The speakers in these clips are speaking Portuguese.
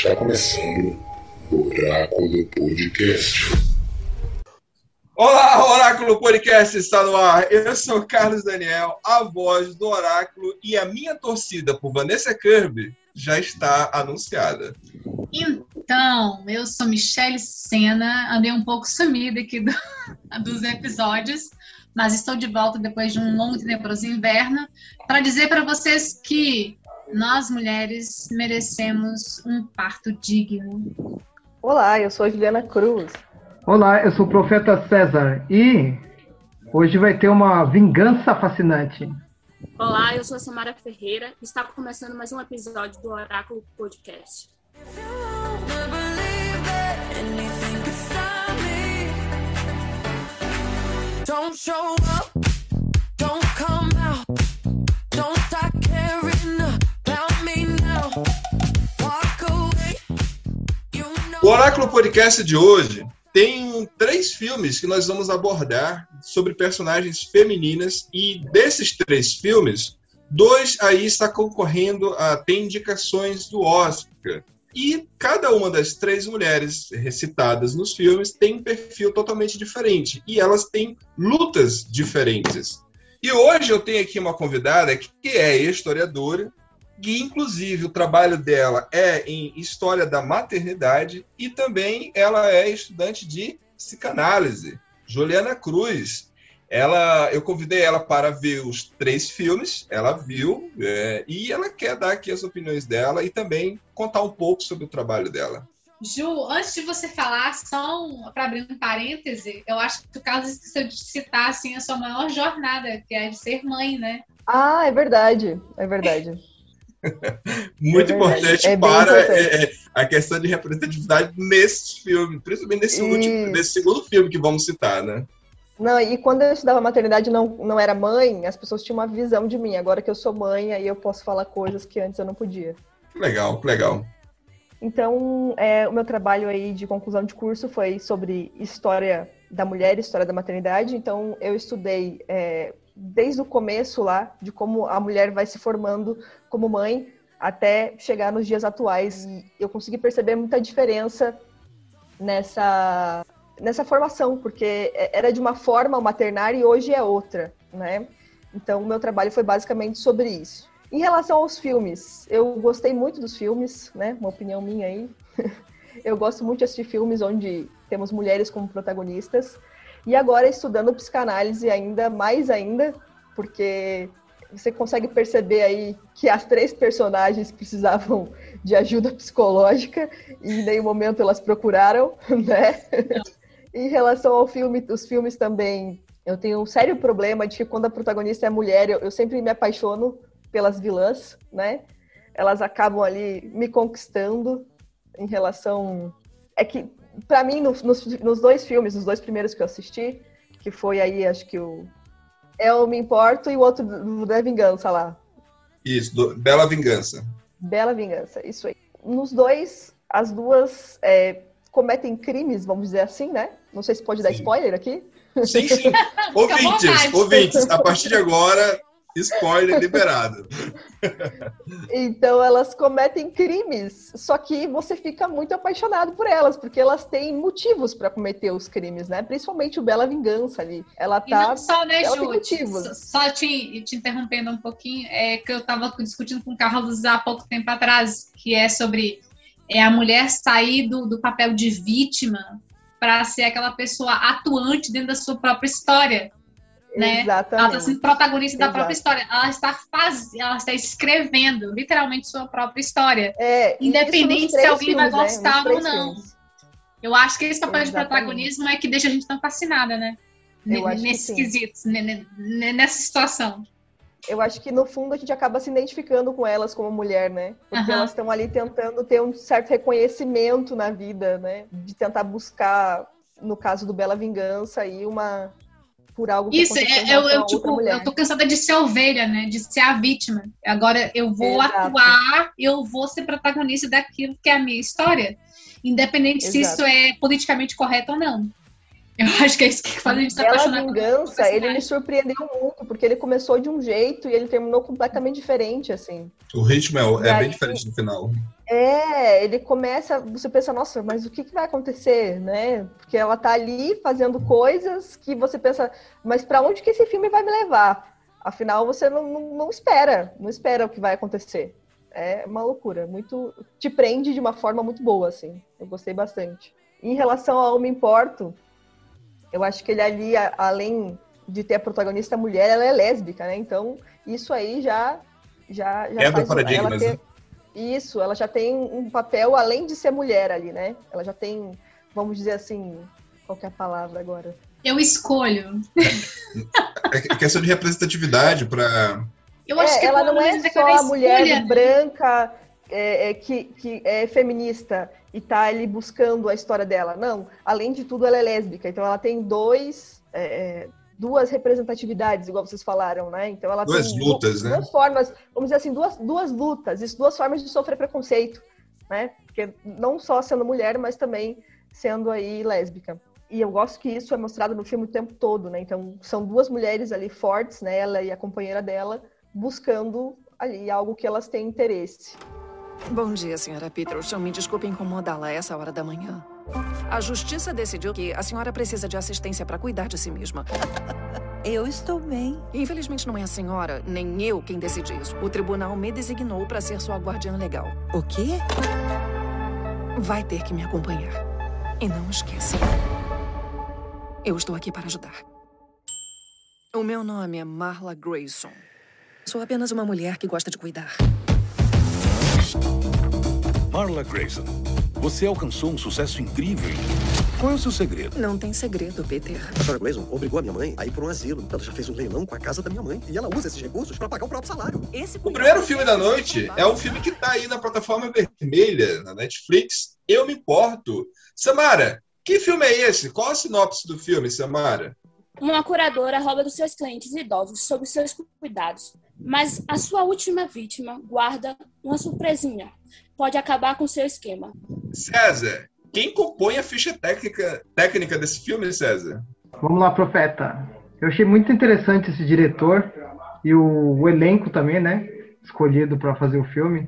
Está começando o Oráculo Podcast. Olá, o Oráculo Podcast está no ar. Eu sou Carlos Daniel, a voz do Oráculo, e a minha torcida por Vanessa Kirby já está anunciada. Então, eu sou Michele Sena, andei um pouco sumida aqui dos episódios, mas estou de volta depois de um longo e tenebroso inverno para dizer para vocês que nós, mulheres, merecemos um parto digno. Olá, eu sou a Juliana Cruz. Olá, eu sou o Profeta César e hoje vai ter uma vingança fascinante. Olá, eu sou a Samara Ferreira e está começando mais um episódio do Oráculo Podcast. Don't show up, don't come out, don't start caring about me now. Walk away, you know. O Oráculo Podcast de hoje tem 3 filmes que nós vamos abordar sobre personagens femininas, e desses 3 filmes, 2 aí está concorrendo a ter indicações do Oscar. E cada uma das 3 mulheres recitadas nos filmes tem um perfil totalmente diferente. E elas têm lutas diferentes. E hoje eu tenho aqui uma convidada que é historiadora, e inclusive o trabalho dela é em História da Maternidade, e também ela é estudante de psicanálise. Juliana Cruz. Eu convidei ela para ver os 3 filmes, ela viu, e ela quer dar aqui as opiniões dela e também contar um pouco sobre o trabalho dela. Ju, antes de você falar, só para abrir um parêntese, eu acho que o Carlos esqueceu de citar assim, a sua maior jornada, que é de ser mãe, né? Ah, é verdade, é verdade. Muito importante para a questão de representatividade nesse filme, principalmente nesse segundo filme que vamos citar, né? Não, e quando eu estudava maternidade não era mãe, as pessoas tinham uma visão de mim. Agora que eu sou mãe, aí eu posso falar coisas que antes eu não podia. Legal, legal. Então, o meu trabalho aí de conclusão de curso foi sobre história da mulher, história da maternidade. Então, eu estudei desde o começo lá, de como a mulher vai se formando como mãe, até chegar nos dias atuais. E eu consegui perceber muita diferença nessa formação, porque era de uma forma o maternar e hoje é outra, né? Então, o meu trabalho foi basicamente sobre isso. Em relação aos filmes, eu gostei muito dos filmes, né? Uma opinião minha aí. Eu gosto muito de assistir filmes onde temos mulheres como protagonistas. E agora, estudando psicanálise mais ainda, porque você consegue perceber aí que as 3 personagens precisavam de ajuda psicológica e em nenhum momento elas procuraram, né? Em relação ao filme, os filmes também, eu tenho um sério problema de que quando a protagonista é mulher, eu sempre me apaixono pelas vilãs, né? Elas acabam ali me conquistando em relação... É que, pra mim, nos 2 filmes, nos 2 primeiros que eu assisti, que foi aí, acho que o Eu Me Importo e o outro da Vingança lá. Isso, Bela Vingança. Bela Vingança, isso aí. Nos 2, as duas cometem crimes, vamos dizer assim, né? Não sei se pode dar spoiler aqui. Sim. Ouvintes, a partir de agora, spoiler liberado. Então, elas cometem crimes, só que você fica muito apaixonado por elas, porque elas têm motivos para cometer os crimes, né? Principalmente o Bela Vingança ali. Ela tá... E não só, né, ela Ju? tem motivos. Só te interrompendo um pouquinho, que eu estava discutindo com o Carlos há pouco tempo atrás, que é sobre a mulher sair do papel de vítima para ser aquela pessoa atuante dentro da sua própria história. Né? Exatamente. Ela está sendo protagonista da própria história. Ela está escrevendo literalmente sua própria história. Independente se alguém vai gostar ou não. Filmes. Eu acho que esse papel de protagonismo é que deixa a gente tão fascinada, né? Nesses quesitos, nessa situação. Eu acho que, no fundo, a gente acaba se identificando com elas como mulher, né? Porque elas estão ali tentando ter um certo reconhecimento na vida, né? De tentar buscar, no caso do Bela Vingança, aí por algo que eu tô cansada de ser ovelha, né? De ser a vítima. Agora eu vou atuar, eu vou ser protagonista daquilo que é a minha história. Independente se isso é politicamente correto ou não. Eu acho que é isso que faz a gente se Bela apaixonar pelo Vingança, ele me personagem. surpreendeu muito, porque ele começou de um jeito e ele terminou completamente diferente, assim. O ritmo E é aí, bem diferente no final. ele começa, você pensa, nossa, mas o que vai acontecer, né? Porque ela tá ali fazendo coisas que você pensa, mas para onde que esse filme vai me levar? Afinal, você não espera o que vai acontecer. É uma loucura, muito te prende de uma forma muito boa, assim. Eu gostei bastante. Em relação ao Me Importo, eu acho que ele ali, além de ter a protagonista mulher, ela é lésbica, né? Então, isso aí já Quebra faz ela paradigmas, ter... né? Isso, ela já tem um papel além de ser mulher ali, né? Ela já tem, vamos dizer assim, qual que é a palavra agora? Eu escolho. É questão de representatividade para. Eu acho que ela pelo não é menos só a mulher escolha, branca que é feminista e tá ali buscando a história dela. Não, além de tudo, ela é lésbica. Então, ela tem duas representatividades, igual vocês falaram, né? Então, ela Duas tem lutas, né? duas formas, vamos dizer assim, duas lutas, duas formas de sofrer preconceito, né? Porque não só sendo mulher, mas também sendo aí lésbica. E eu gosto que isso é mostrado no filme o tempo todo, né? Então, são duas mulheres ali fortes, né? Ela e a companheira dela, buscando ali algo que elas têm interesse. Bom dia, senhora Peterson. Me desculpe incomodá-la a essa hora da manhã. A justiça decidiu que a senhora precisa de assistência para cuidar de si mesma. Eu estou bem. Infelizmente, não é a senhora, nem eu quem decide isso. O tribunal me designou para ser sua guardiã legal. O quê? Vai ter que me acompanhar. E não esqueça. Eu estou aqui para ajudar. O meu nome é Marla Grayson. Sou apenas uma mulher que gosta de cuidar. Marla Grayson, você alcançou um sucesso incrível. Qual é o seu segredo? Não tem segredo, Peter. A senhora Grayson obrigou a minha mãe a ir para um asilo. Ela já fez um leilão com a casa da minha mãe. E ela usa esses recursos para pagar o próprio salário. O primeiro filme da noite é um filme que tá aí na plataforma vermelha, na Netflix. Eu Me Importo. Samara, que filme é esse? Qual a sinopse do filme, Samara? Uma curadora rouba dos seus clientes idosos sob seus cuidados, mas a sua última vítima guarda uma surpresinha. Pode acabar com seu esquema. César, quem compõe a ficha técnica desse filme, César? Vamos lá, Profeta. Eu achei muito interessante esse diretor e o elenco também, né? Escolhido para fazer o filme.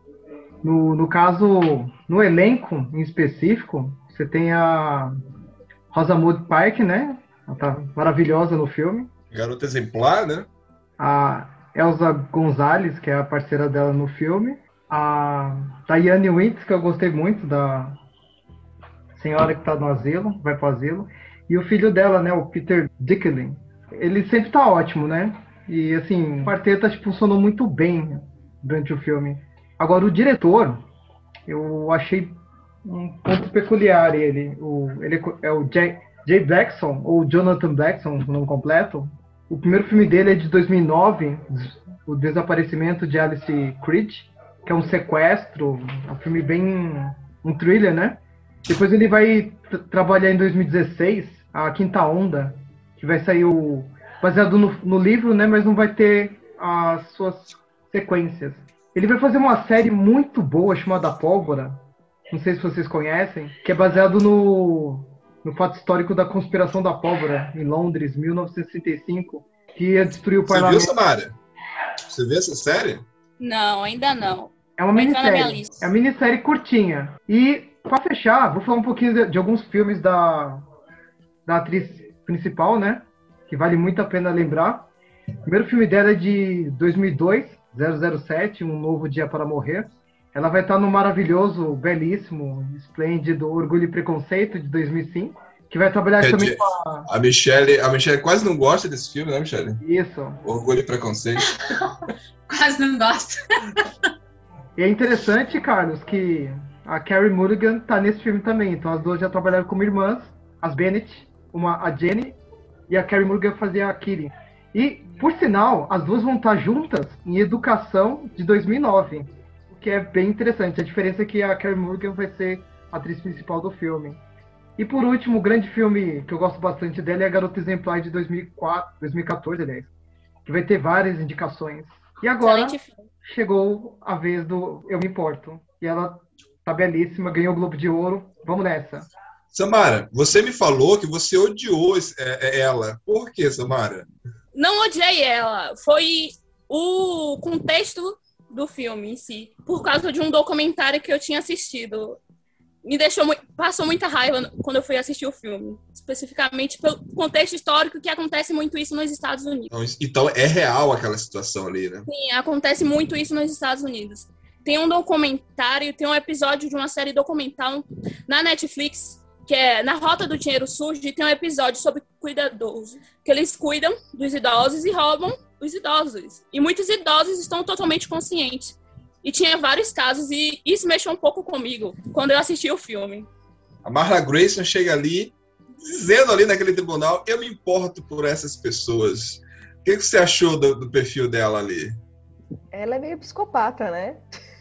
No caso, no elenco em específico, você tem a Rosamund Pike, né? Ela tá maravilhosa no filme. Garota exemplar, né? A Elsa Gonzalez, que é a parceira dela no filme. A Diane Wintz, que eu gostei muito, da senhora que tá no asilo, vai pro asilo. E o filho dela, né? O Peter Dickley. Ele sempre tá ótimo, né? E, assim, o quarteto acho que funcionou muito bem durante o filme. Agora, o diretor, eu achei um ponto peculiar ele. Ele é o Jay Blackson, ou Jonathan Blackson, no nome completo. O primeiro filme dele é de 2009, O Desaparecimento de Alice Creed, que é um sequestro, um filme bem... um thriller, né? Depois ele vai trabalhar em 2016, A Quinta Onda, que vai sair baseado no livro, né? Mas não vai ter as suas sequências. Ele vai fazer uma série muito boa chamada Pólvora, não sei se vocês conhecem, que é baseado no fato histórico da conspiração da pólvora em Londres, 1965, que ia destruir o parlamento. Você viu, Samara? Você viu essa série? Não, ainda não. É uma minissérie. É uma minissérie curtinha. E, para fechar, vou falar um pouquinho de alguns filmes da atriz principal, né? Que vale muito a pena lembrar. O primeiro filme dela é de 2002, 007, Um Novo Dia para Morrer. Ela vai estar no maravilhoso, belíssimo, esplêndido Orgulho e Preconceito, de 2005, que vai trabalhar também com a Michelle quase não gosta desse filme, né, Michelle? Isso. Orgulho e Preconceito. Quase não gosta. E é interessante, Carlos, que a Carey Mulligan tá nesse filme também. Então as duas já trabalharam como irmãs, as Bennett, a Jenny, e a Carey Mulligan fazia a Kitty. E, por sinal, as duas vão estar juntas em Educação, de 2009. Que é bem interessante. A diferença é que a Carey Mulligan vai ser a atriz principal do filme. E por último, o grande filme que eu gosto bastante dela é A Garota Exemplar, de 2014, aliás, que vai ter várias indicações. E agora chegou a vez do Eu Me Importo. E ela tá belíssima, ganhou o Globo de Ouro. Vamos nessa. Samara, você me falou que você odiou ela. Por quê, Samara? Não odiei ela. Foi o contexto do filme em si. Por causa de um documentário que eu tinha assistido. Passou muita raiva quando eu fui assistir o filme. Especificamente pelo contexto histórico, que acontece muito isso nos Estados Unidos. Então é real aquela situação ali, né? Sim, acontece muito isso nos Estados Unidos. Tem um documentário, tem um episódio de uma série documental na Netflix, que é Na Rota do Dinheiro Sujo, e tem um episódio sobre cuidadores, que eles cuidam dos idosos e roubam os idosos. E muitos idosos estão totalmente conscientes. E tinha vários casos, e isso mexeu um pouco comigo quando eu assisti o filme. A Marla Grayson chega ali, dizendo ali naquele tribunal, eu me importo por essas pessoas. O que você achou do perfil dela ali? Ela é meio psicopata, né?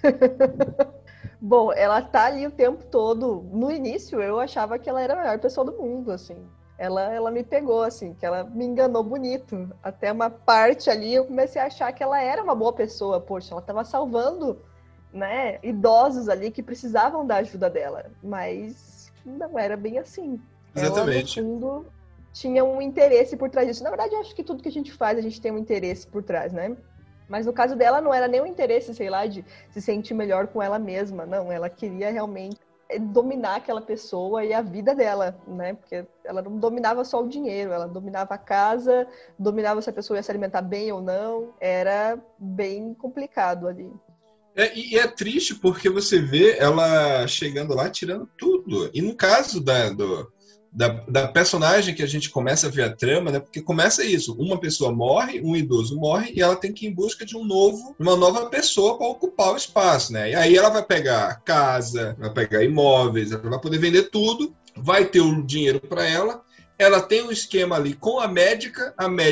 Bom, ela tá ali o tempo todo. No início, eu achava que ela era a melhor pessoa do mundo, assim. Ela me pegou, assim, que ela me enganou bonito. Até uma parte ali, eu comecei a achar que ela era uma boa pessoa. Poxa, ela estava salvando, né, idosos ali que precisavam da ajuda dela. Mas não era bem assim. Exatamente. Ela, no fundo, tinha um interesse por trás disso. Na verdade, eu acho que tudo que a gente faz, a gente tem um interesse por trás, né? Mas no caso dela, não era nem um interesse, sei lá, de se sentir melhor com ela mesma. Não, ela queria realmente dominar aquela pessoa e a vida dela, né? Porque ela não dominava só o dinheiro, ela dominava a casa, dominava se a pessoa ia se alimentar bem ou não. Era bem complicado ali. E é triste porque você vê ela chegando lá tirando tudo. E no caso da personagem que a gente começa a ver a trama, né? Porque começa isso, uma pessoa morre, um idoso morre e ela tem que ir em busca de uma nova pessoa para ocupar o espaço, né? E aí ela vai pegar casa, vai pegar imóveis, ela vai poder vender tudo, vai ter o dinheiro para ela tem um esquema ali com a médica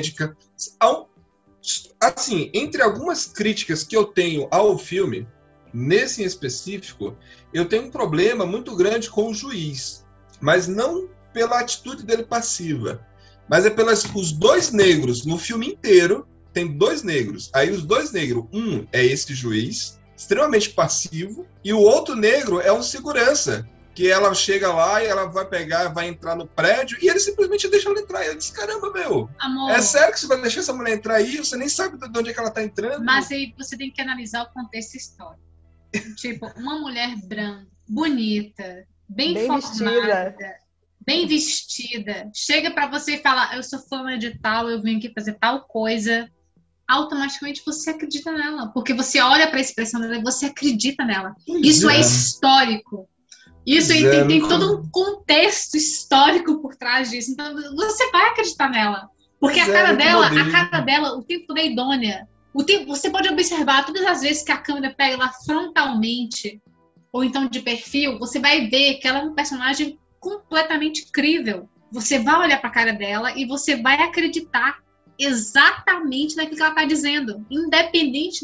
assim, entre algumas críticas que eu tenho ao filme, nesse em específico, eu tenho um problema muito grande com o juiz, mas não pela atitude dele passiva, mas é os dois negros no filme inteiro. Tem dois negros, aí os dois negros, um é esse juiz extremamente passivo e o outro negro é um segurança, que ela chega lá e ela vai entrar no prédio e ele simplesmente deixa ela entrar. E eu disse, caramba, meu, amor, é sério que você vai deixar essa mulher entrar aí? Você nem sabe de onde é que ela tá entrando. Mas aí você tem que analisar o contexto histórico. Tipo, uma mulher branca, bonita, bem formada, bem vestida, chega pra você e fala, eu sou fã de tal, eu vim aqui fazer tal coisa, automaticamente você acredita nela, porque você olha pra expressão dela e você acredita nela. Isso é histórico. Isso aí tem todo um contexto histórico por trás disso. Então você vai acreditar nela. Porque a cara dela, o tempo todo é idônea. Você pode observar todas as vezes que a câmera pega ela frontalmente, ou então de perfil, você vai ver que ela é um personagem completamente crível. Você vai olhar para a cara dela e você vai acreditar exatamente naquilo que ela está dizendo, independente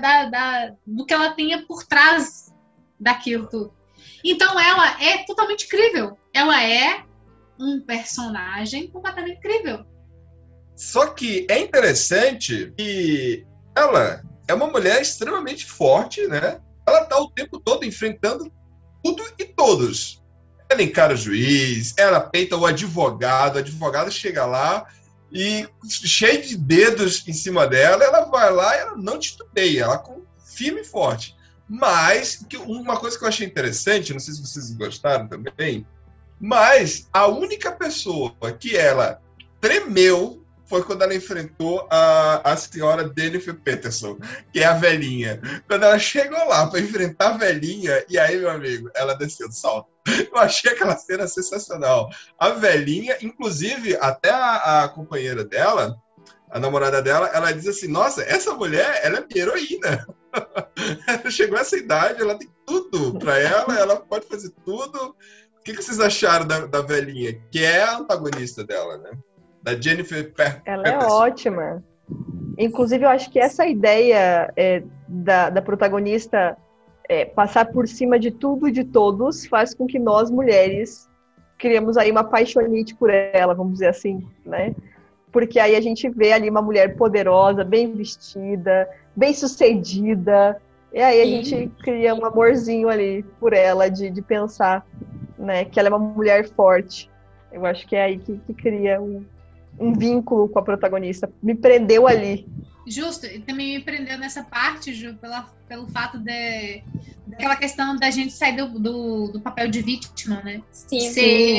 do que ela tenha por trás daquilo tudo. Então ela é totalmente crível. Ela é um personagem completamente crível. Só que é interessante que ela é uma mulher extremamente forte, né? Ela está o tempo todo enfrentando tudo e todos. Ela encara o juiz, ela peita o advogado chega lá e cheio de dedos em cima dela, ela vai lá e ela não titubeia, ela com firme e forte. Mas uma coisa que eu achei interessante, não sei se vocês gostaram também, mas a única pessoa que ela tremeu foi quando ela enfrentou a senhora Jennifer Peterson, que é a velhinha. Quando ela chegou lá para enfrentar a velhinha, e aí, meu amigo, ela desceu do salto. Eu achei aquela cena sensacional. A velhinha, inclusive, até a companheira dela, a namorada dela, ela diz assim, nossa, essa mulher, ela é minha heroína. Ela chegou a essa idade, ela tem tudo para ela pode fazer tudo. O que vocês acharam da velhinha, que é a antagonista dela, né? Da Jennifer Peterson. Ela é ótima. Inclusive, eu acho que essa ideia da protagonista passar por cima de tudo e de todos faz com que nós, mulheres, criemos aí uma paixonite por ela, vamos dizer assim, né? Porque aí a gente vê ali uma mulher poderosa, bem vestida, bem sucedida, e aí a gente cria um amorzinho ali por ela, de pensar né? Que ela é uma mulher forte. Eu acho que é aí que cria um vínculo com a protagonista. Me prendeu ali. Justo, e também me prendeu nessa parte, Ju, pelo fato daquela questão da gente sair do papel de vítima, né? Sim.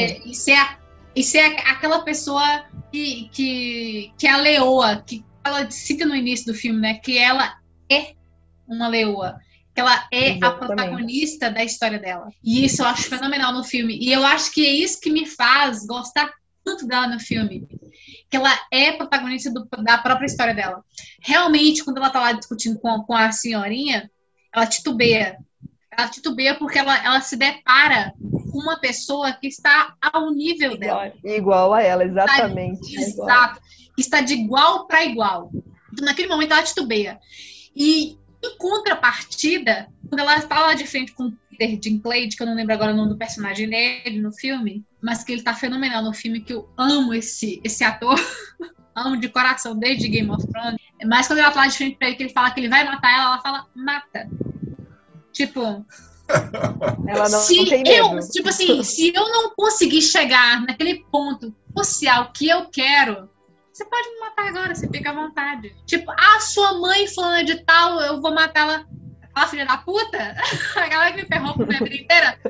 E ser aquela pessoa que é a leoa, que ela cita no início do filme, né? Que ela é uma leoa. Que ela é a protagonista da história dela. E isso eu acho fenomenal no filme. E eu acho que é isso que me faz gostar tanto dela no filme. Que ela é protagonista da própria história dela. Realmente, quando ela tá lá discutindo com a senhorinha, ela titubeia. Ela titubeia porque ela se depara com uma pessoa que está ao nível dela. Igual a ela, exatamente. Exato. Que está de igual para igual. Então, naquele momento, ela titubeia. E, em contrapartida, quando ela está lá de frente com o Peter Dinklage, que eu não lembro agora o nome do personagem dele no filme, mas que ele tá fenomenal no filme, que eu amo esse ator, amo de coração, desde Game of Thrones. Mas quando ela tá lá de frente pra ele, que ele fala que ele vai matar ela fala, mata. Tipo... Ela não tem medo. Tipo assim, se eu não conseguir chegar naquele ponto social que eu quero, você pode me matar agora, você fica à vontade. Tipo, sua mãe fulana de tal, eu vou matar ela. Aquela filha da puta, a galera que me ferrou por minha vida inteira.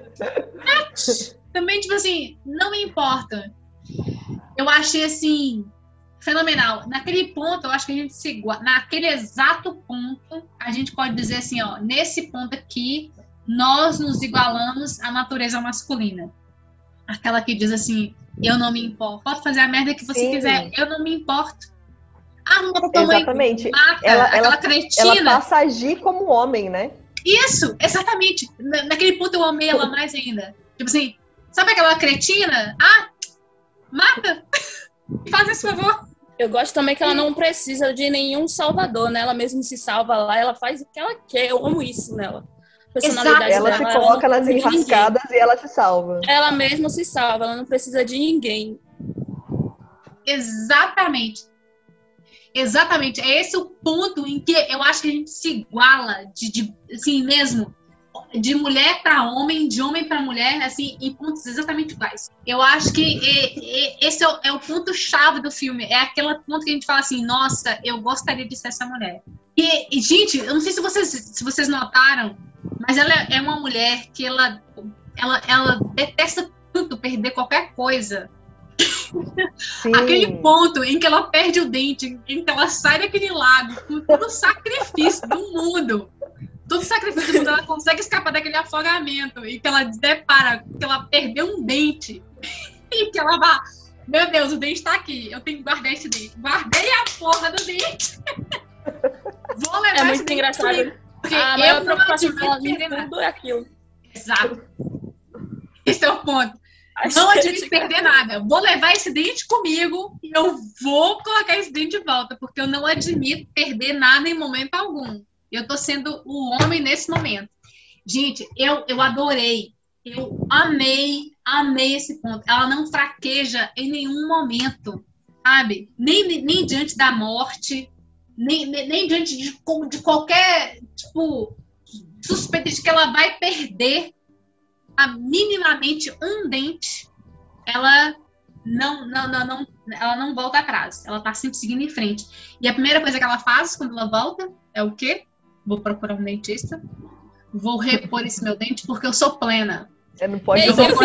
Também, tipo assim, não me importa. Eu achei, assim, fenomenal. Naquele ponto, eu acho que a gente se iguala. Naquele exato ponto, a gente pode dizer assim, ó, nesse ponto aqui, nós nos igualamos à natureza masculina. Aquela que diz assim, eu não me importo. Pode fazer a merda que você quiser, eu não me importo. Não dá pra tua mãe. Exatamente. Mata, aquela cretina. Ela passa a agir como homem, né? Isso, exatamente. Naquele ponto eu amei ela mais ainda. Tipo assim, sabe aquela cretina? Mata! Faz esse favor. Eu gosto também que ela não precisa de nenhum salvador, né? Ela mesmo se salva lá, ela faz o que ela quer. Eu amo isso nela. Personalidade ela dela, se coloca nas enrascadas e ela se salva. Ela mesma se salva, ela não precisa de ninguém. Exatamente. Exatamente. É esse o ponto em que eu acho que a gente se iguala assim mesmo, de mulher para homem, de homem para mulher, assim, em pontos exatamente iguais. Eu acho que esse é o ponto-chave do filme. É aquele ponto que a gente fala assim, nossa, eu gostaria de ser essa mulher. E gente, eu não sei se vocês notaram, mas ela é uma mulher que ela detesta tanto perder qualquer coisa. Aquele ponto em que ela perde o dente, em que ela sai daquele lago, com todo o sacrifício do mundo. Todo sacrifício do mundo, ela consegue escapar daquele afogamento, e que ela depara que ela perdeu um dente. E que ela vai, meu Deus, o dente tá aqui, eu tenho que guardar esse dente. Guardei a porra do dente. Vou levar muito esse engraçado. Dente, porque A eu maior não preocupação admito dela tudo é aquilo. Exato. Esse é o ponto. Não admito perder nada. Vou levar esse dente comigo e eu vou colocar esse dente de volta, porque eu não admito perder nada em momento algum. Eu tô sendo o homem nesse momento. Gente, eu adorei. Eu amei esse ponto. Ela não fraqueja em nenhum momento, sabe? Nem diante da morte, nem diante de qualquer, tipo, suspeita de que ela vai perder minimamente um dente, ela não volta atrás. Ela tá sempre seguindo em frente. E a primeira coisa que ela faz quando ela volta é o quê? Vou procurar um dentista. Vou repor esse meu dente porque eu sou plena. Você não pode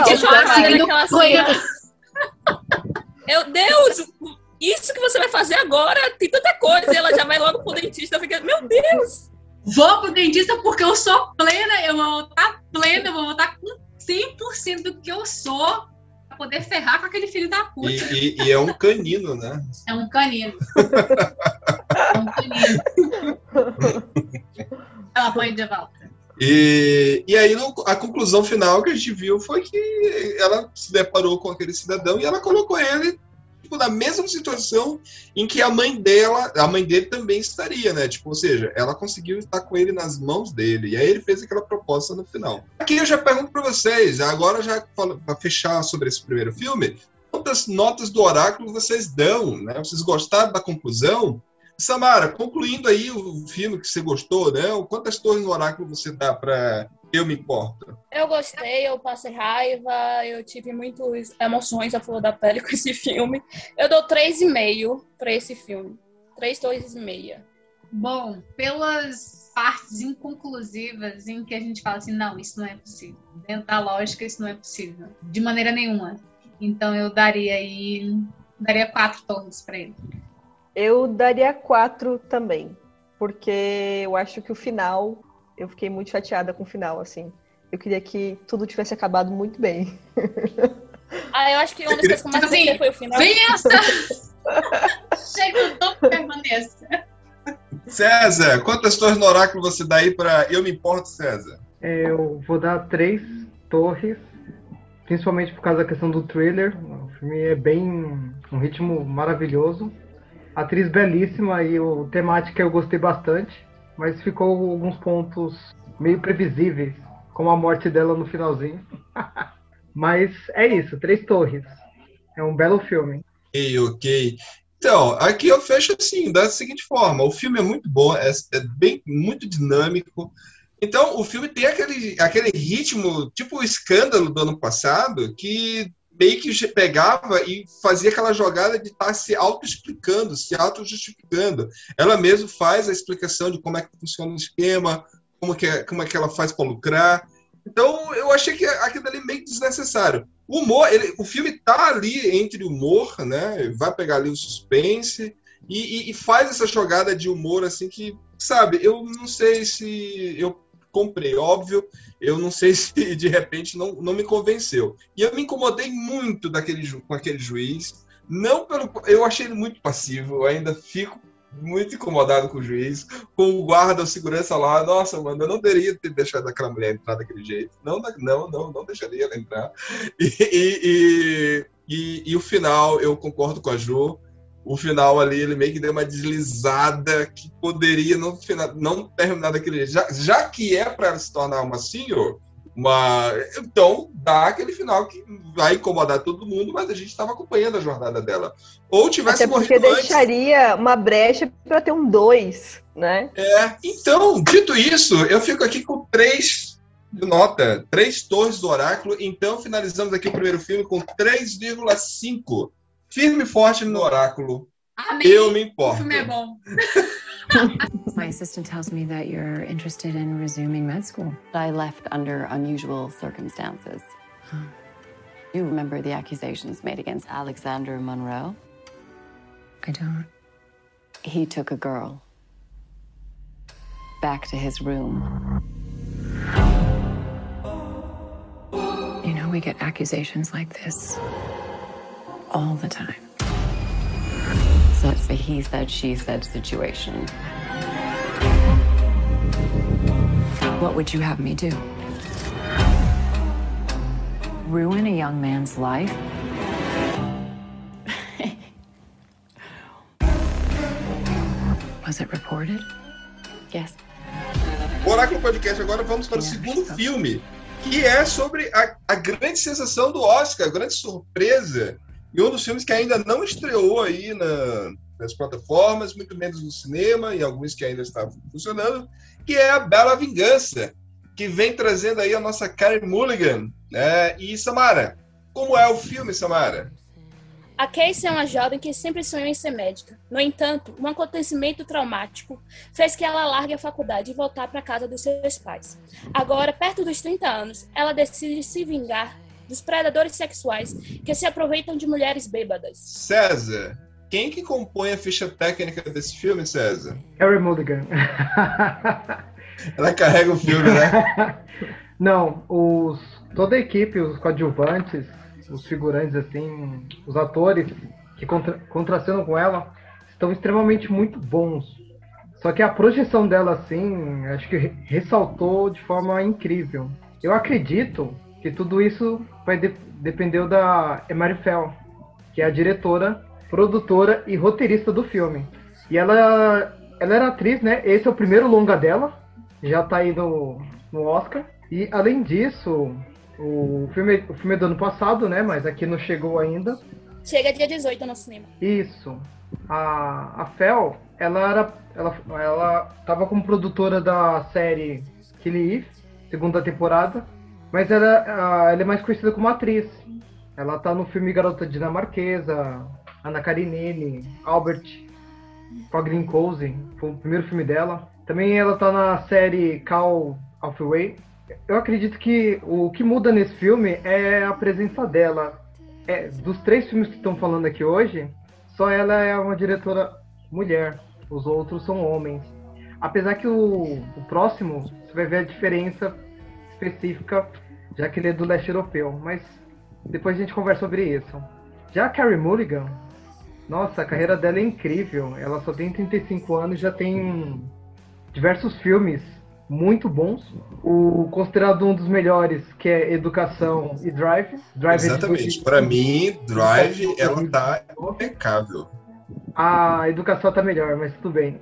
Meu Deus! Isso que você vai fazer agora, tem tanta coisa. E ela já vai logo pro dentista. Fica, meu Deus! Vou pro dentista porque eu sou plena. Eu vou voltar plena. Eu vou voltar com 100% do que eu sou pra poder ferrar com aquele filho da puta. E é um canino, né? É um canino. É um canino. Ela põe de volta. E aí a conclusão final que a gente viu foi que ela se deparou com aquele cidadão e ela colocou ele tipo, na mesma situação em que a mãe dele também estaria, né? Tipo, ou seja, ela conseguiu estar com ele nas mãos dele. E aí ele fez aquela proposta no final. Aqui eu já pergunto para vocês, agora já para fechar sobre esse primeiro filme, quantas notas do oráculo vocês dão, né? Vocês gostaram da conclusão? Samara, concluindo aí o filme que você gostou, né? Quantas torres no oráculo você dá para Eu Me Importo? Eu gostei, eu passei raiva, eu tive muitas emoções à flor da pele com esse filme. Eu dou 3,5 para esse filme. 3, 2,5. Bom, pelas partes inconclusivas em que a gente fala assim, não, isso não é possível. Dentro da lógica, isso não é possível. De maneira nenhuma. Então eu daria 4 torres para ele. Eu daria 4 também. Porque eu acho que o final, eu fiquei muito chateada com o final, assim. Eu queria que tudo tivesse acabado muito bem. Eu acho que uma das coisas que eu mais gostei foi o final. Vença! Chega no topo, permaneça. César, quantas torres no oráculo você dá aí para Eu Me Importo, César? Eu vou dar 3 torres, principalmente por causa da questão do trailer. O filme é bem um ritmo maravilhoso. Atriz belíssima e a temática eu gostei bastante, mas ficou alguns pontos meio previsíveis, como a morte dela no finalzinho. Mas é isso, 3 torres. É um belo filme. Ok. Então, aqui eu fecho assim, da seguinte forma. O filme é muito bom, é muito dinâmico. Então, o filme tem aquele ritmo, tipo o Escândalo do ano passado, que meio que pegava e fazia aquela jogada de estar se auto-explicando, se auto-justificando. Ela mesma faz a explicação de como é que funciona o esquema, como é que ela faz para lucrar. Então, eu achei que aquilo ali meio desnecessário. O humor, o filme tá ali entre humor, né? Vai pegar ali o suspense e faz essa jogada de humor, assim, que, sabe, eu não sei se eu comprei, óbvio, eu não sei se de repente não me convenceu. E eu me incomodei muito com aquele juiz, eu achei ele muito passivo, eu ainda fico muito incomodado com o juiz, com o guarda, o segurança lá. Nossa, mano, eu não teria deixado aquela mulher entrar daquele jeito. Não deixaria ela entrar. E o final, eu concordo com a Jo. O final ali, ele meio que deu uma deslizada que poderia não terminar daquele jeito. Já que é para ela se tornar uma senior, então dá aquele final que vai incomodar todo mundo, mas a gente estava acompanhando a jornada dela. Ou tivesse morrido antes. Até porque deixaria uma brecha para ter um 2, né? Então, dito isso, eu fico aqui com 3 de nota, 3 torres do oráculo. Então, finalizamos aqui o primeiro filme com 3,5. Firme e forte no oráculo. Amém. Eu Me Importo. O filme é bom. My assistant tells me that you're interested in resuming med school. I left under unusual circumstances. You remember the accusations made against Alexander Monroe? I don't. He took a girl back to his room. You know, we get accusations like this all the time. So it's a he said, she said situation. What would you have me do? Ruin a young man's life? Was it reported? Yes. O Oráculo Podcast, agora vamos para o segundo filme, que é sobre a grande sensação do Oscar, a grande surpresa, e um dos filmes que ainda não estreou aí nas plataformas, muito menos no cinema, e alguns que ainda estavam funcionando, que é a Bela Vingança, que vem trazendo aí a nossa Carey Mulligan, né? E Samara, como é o filme, Samara? A Casey é uma jovem que sempre sonhou em ser médica. No entanto, um acontecimento traumático fez que ela largue a faculdade e voltar para a casa dos seus pais. Agora, perto dos 30 anos, ela decide se vingar dos predadores sexuais que se aproveitam de mulheres bêbadas. César, quem que compõe a ficha técnica desse filme, César? Carey Mulligan. Ela carrega o filme, né? Não, toda a equipe, os coadjuvantes, os figurantes, assim, os atores que contracenam com ela estão extremamente muito bons. Só que a projeção dela, assim, acho que ressaltou de forma incrível. Eu acredito que tudo isso vai depender da Emma Fell, que é a diretora, produtora e roteirista do filme. E ela era atriz, né? Esse é o primeiro longa dela, já tá aí no Oscar. E além disso, o filme é do ano passado, né? Mas aqui não chegou ainda. Chega dia 18 no cinema. Isso. A Fell, ela tava como produtora da série Killing Eve, segunda temporada, mas ela é mais conhecida como atriz. Ela tá no filme Garota Dinamarquesa, Anna Karenine, Albert, Coglin Cozy, foi o primeiro filme dela. Também ela tá na série Call of Way. Eu acredito que o que muda nesse filme é a presença dela. Dos 3 filmes que estão falando aqui hoje, só ela é uma diretora mulher. Os outros são homens. Apesar que o próximo, você vai ver a diferença específica, já que ele é do leste europeu. Mas depois a gente conversa sobre isso. Já a Carey Mulligan, nossa, a carreira dela é incrível. Ela só tem 35 anos e já tem diversos filmes muito bons. O considerado um dos melhores, que é Educação e Drive. Exatamente. Para mim, Drive, ela tá impecável. A Educação tá melhor, mas tudo bem.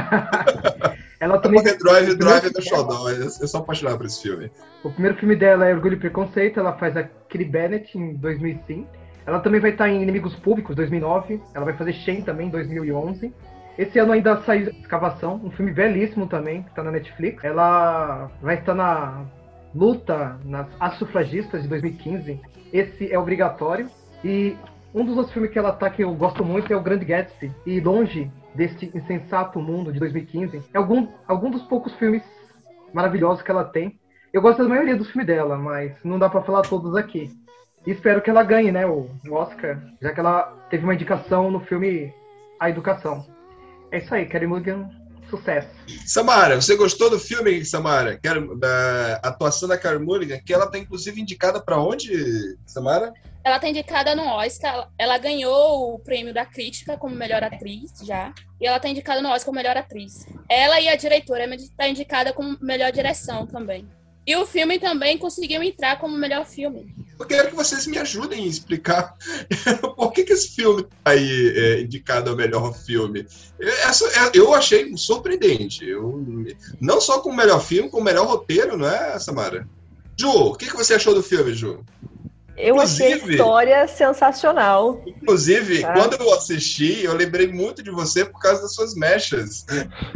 Ela também... Drive é do xodó. Eu sou apaixonado por esse filme. O primeiro filme dela é Orgulho e Preconceito. Ela faz a Kitty Bennett em 2005. Ela também vai estar em Inimigos Públicos, 2009. Ela vai fazer Shen também, em 2011. Esse ano ainda saiu Escavação, um filme belíssimo também, que está na Netflix. Ela vai estar na luta nas sufragistas de 2015. Esse é obrigatório. E um dos outros filmes que ela tá, que eu gosto muito, é o Grande Gatsby. E Longe deste Insensato Mundo, de 2015. É algum dos poucos filmes maravilhosos que ela tem. Eu gosto da maioria dos filmes dela, mas não dá para falar todos aqui. E espero que ela ganhe, né, o Oscar, já que ela teve uma indicação no filme A Educação. É isso aí, Carey Mulligan, sucesso. Samara, você gostou do filme, Samara? Da atuação da Carey Mulligan, que ela tá inclusive indicada para onde, Samara? Ela tá indicada no Oscar, ela ganhou o prêmio da crítica como melhor atriz já, e ela tá indicada no Oscar como melhor atriz. Ela e a diretora tá indicada como melhor direção também. E o filme também conseguiu entrar como melhor filme. Eu quero que vocês me ajudem a explicar por que esse filme está aí indicado ao melhor filme. Eu achei surpreendente. Não só como melhor filme, como melhor roteiro, não é, Samara? Ju, o que você achou do filme, Ju? Eu achei a história sensacional. Inclusive, quando eu assisti, eu lembrei muito de você por causa das suas mechas.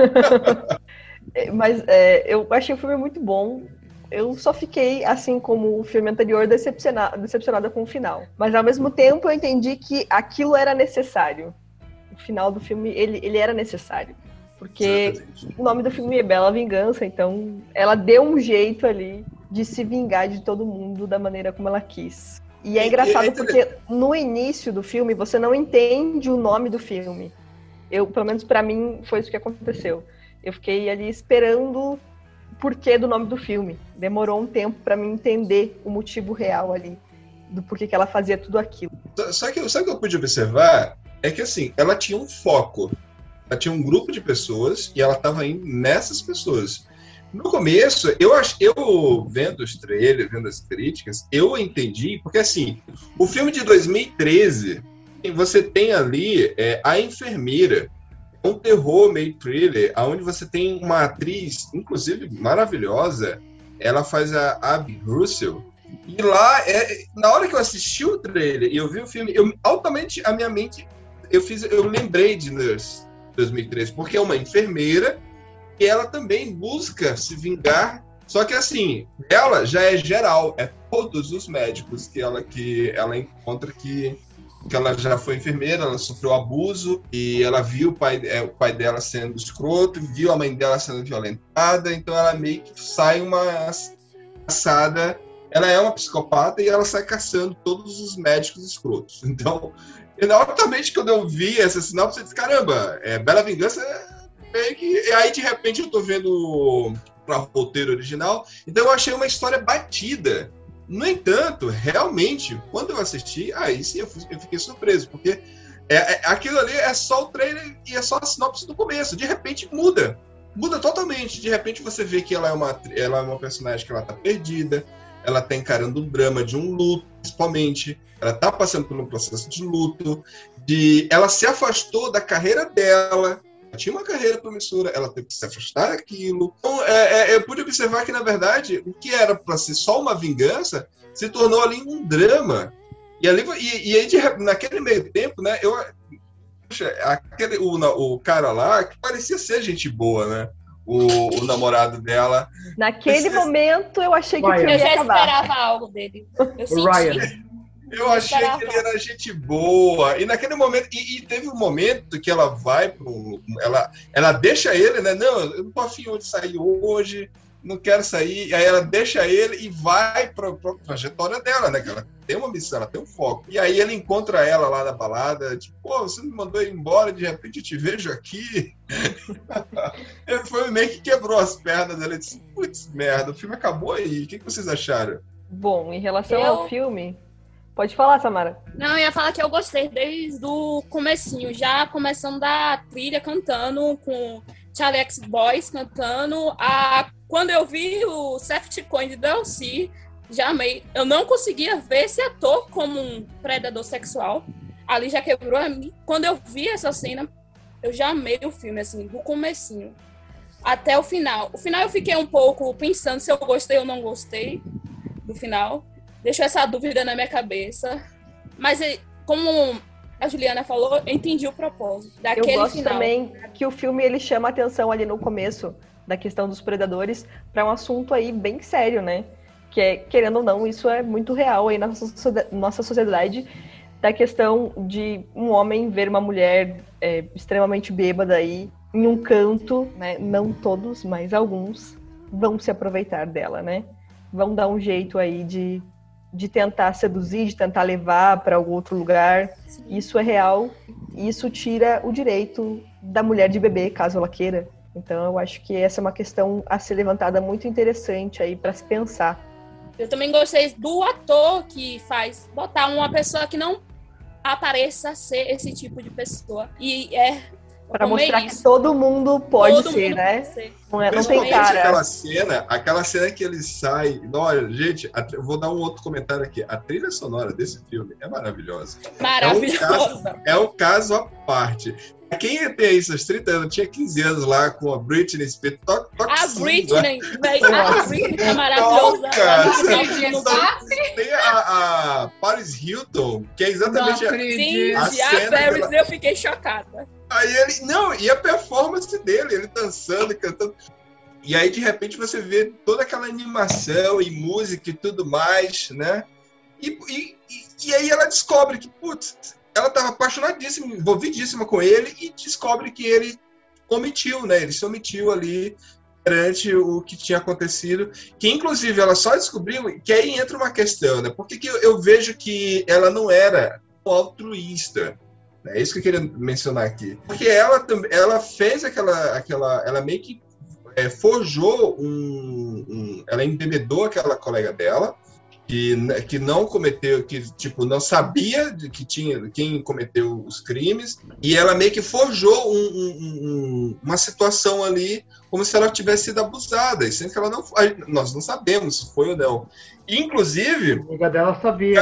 Mas eu achei o filme muito bom. Eu só fiquei, assim como o filme anterior, decepcionada com o final. Mas, ao mesmo tempo, eu entendi que aquilo era necessário. O final do filme, ele era necessário. Porque o nome do filme é Bela Vingança, então ela deu um jeito ali de se vingar de todo mundo da maneira como ela quis. E é engraçado porque no início do filme, você não entende o nome do filme. Pelo menos pra mim, foi isso que aconteceu. Eu fiquei ali esperando porquê do nome do filme. Demorou um tempo para mim entender o motivo real ali, do porquê que ela fazia tudo aquilo. Sabe o que eu pude observar? É que assim, ela tinha um foco. Ela tinha um grupo de pessoas e ela estava indo nessas pessoas. No começo, eu vendo os trailers, vendo as críticas, eu entendi, porque assim, o filme de 2013, você tem ali a enfermeira, um terror meio thriller, onde você tem uma atriz, inclusive maravilhosa, ela faz a Abby Russell, e lá, na hora que eu assisti o trailer e eu vi o filme, altamente a minha mente, eu lembrei de Nurse 2013, porque é uma enfermeira e ela também busca se vingar, só que assim, ela já é geral, é todos os médicos que ela encontra que ela já foi enfermeira, ela sofreu abuso e ela viu o pai dela sendo escroto, viu a mãe dela sendo violentada, então ela meio que sai uma caçada, ela é uma psicopata e ela sai caçando todos os médicos escrotos. Então, automaticamente quando eu vi essa sinopse, eu disse, caramba, Bela Vingança meio que... E aí de repente eu tô vendo o roteiro original, então eu achei uma história batida. No entanto, realmente, quando eu assisti, aí sim eu fiquei surpreso, porque aquilo ali é só o trailer e é só a sinopse do começo. De repente muda totalmente. De repente você vê que ela é uma personagem que ela tá perdida, ela tá encarando um drama de um luto, principalmente. Ela tá passando por um processo de luto, ela se afastou da carreira dela. Tinha uma carreira promissora, ela teve que se afastar daquilo. Então, eu pude observar que, na verdade, o que era para ser só uma vingança se tornou ali um drama. E aí, naquele meio tempo, né, o cara lá, que parecia ser gente boa, né? o namorado dela. Naquele momento eu achei que o Ryan. filme Eu ia já acabar. esperava algo dele. Eu O Ryan. senti. Eu achei que ele era gente boa. E naquele momento. E teve um momento que ela vai pro. Ela deixa ele, né? Não, eu não tô afim de sair hoje, não quero sair. E aí ela deixa ele e vai pra trajetória dela, né? Que ela tem uma missão, ela tem um foco. E aí ele encontra ela lá na balada, tipo, pô, você me mandou ir embora, de repente eu te vejo aqui. Ele foi meio que quebrou as pernas dela e disse, putz, merda, o filme acabou aí. O que vocês acharam? Bom, em relação ao filme... Pode falar, Samara. Não, eu ia falar que eu gostei desde o comecinho, já começando da trilha cantando, com Charlie X Boys cantando. Quando eu vi o Safety Coin de DLC, já amei. Eu não conseguia ver esse ator como um predador sexual. Ali já quebrou a mim. Quando eu vi essa cena, eu já amei o filme, assim, do comecinho até o final. O final eu fiquei um pouco pensando se eu gostei ou não gostei do final. Deixou essa dúvida na minha cabeça. Mas, como a Juliana falou, eu entendi o propósito daquele final. Eu gosto também que o filme ele chama a atenção ali no começo da questão dos predadores para um assunto aí bem sério, né? Que é, querendo ou não, isso é muito real aí na nossa sociedade, da questão de um homem ver uma mulher extremamente bêbada aí em um canto, né? Não todos, mas alguns vão se aproveitar dela, né? Vão dar um jeito aí de tentar seduzir, de tentar levar para algum outro lugar. Sim. Isso é real e isso tira o direito da mulher de beber, caso ela queira. Então eu acho que essa é uma questão a ser levantada muito interessante aí para se pensar. Eu também gostei do ator que faz botar uma pessoa que não apareça ser esse tipo de pessoa. E para mostrar que todo mundo pode ser, né? Não tem cara. Aquela cena que ele sai. Olha, gente, eu vou dar um outro comentário aqui. A trilha sonora desse filme é maravilhosa. Maravilhosa. É um caso à parte. Quem tem essas 30 anos, tinha 15 anos lá com a Britney Spears. A Britney é maravilhosa. Tem a Paris Hilton, que é exatamente a cena. Eu fiquei chocada. Aí ele. Não, e a performance dele, ele dançando, cantando. E aí, de repente, você vê toda aquela animação e música e tudo mais, né? E aí ela descobre que, putz, ela estava apaixonadíssima, envolvidíssima com ele e descobre que ele omitiu, né? Ele se omitiu ali perante o que tinha acontecido, que inclusive ela só descobriu, que aí entra uma questão, né? Por que eu vejo que ela não era altruísta? É isso que eu queria mencionar aqui. Porque ela fez ela meio que forjou ela embebedou aquela colega dela, que não cometeu, que tipo não sabia de que tinha quem cometeu os crimes, e ela meio que forjou uma situação ali como se ela tivesse sido abusada, sendo que ela não, nós não sabemos se foi ou não. Inclusive, a amiga dela sabia.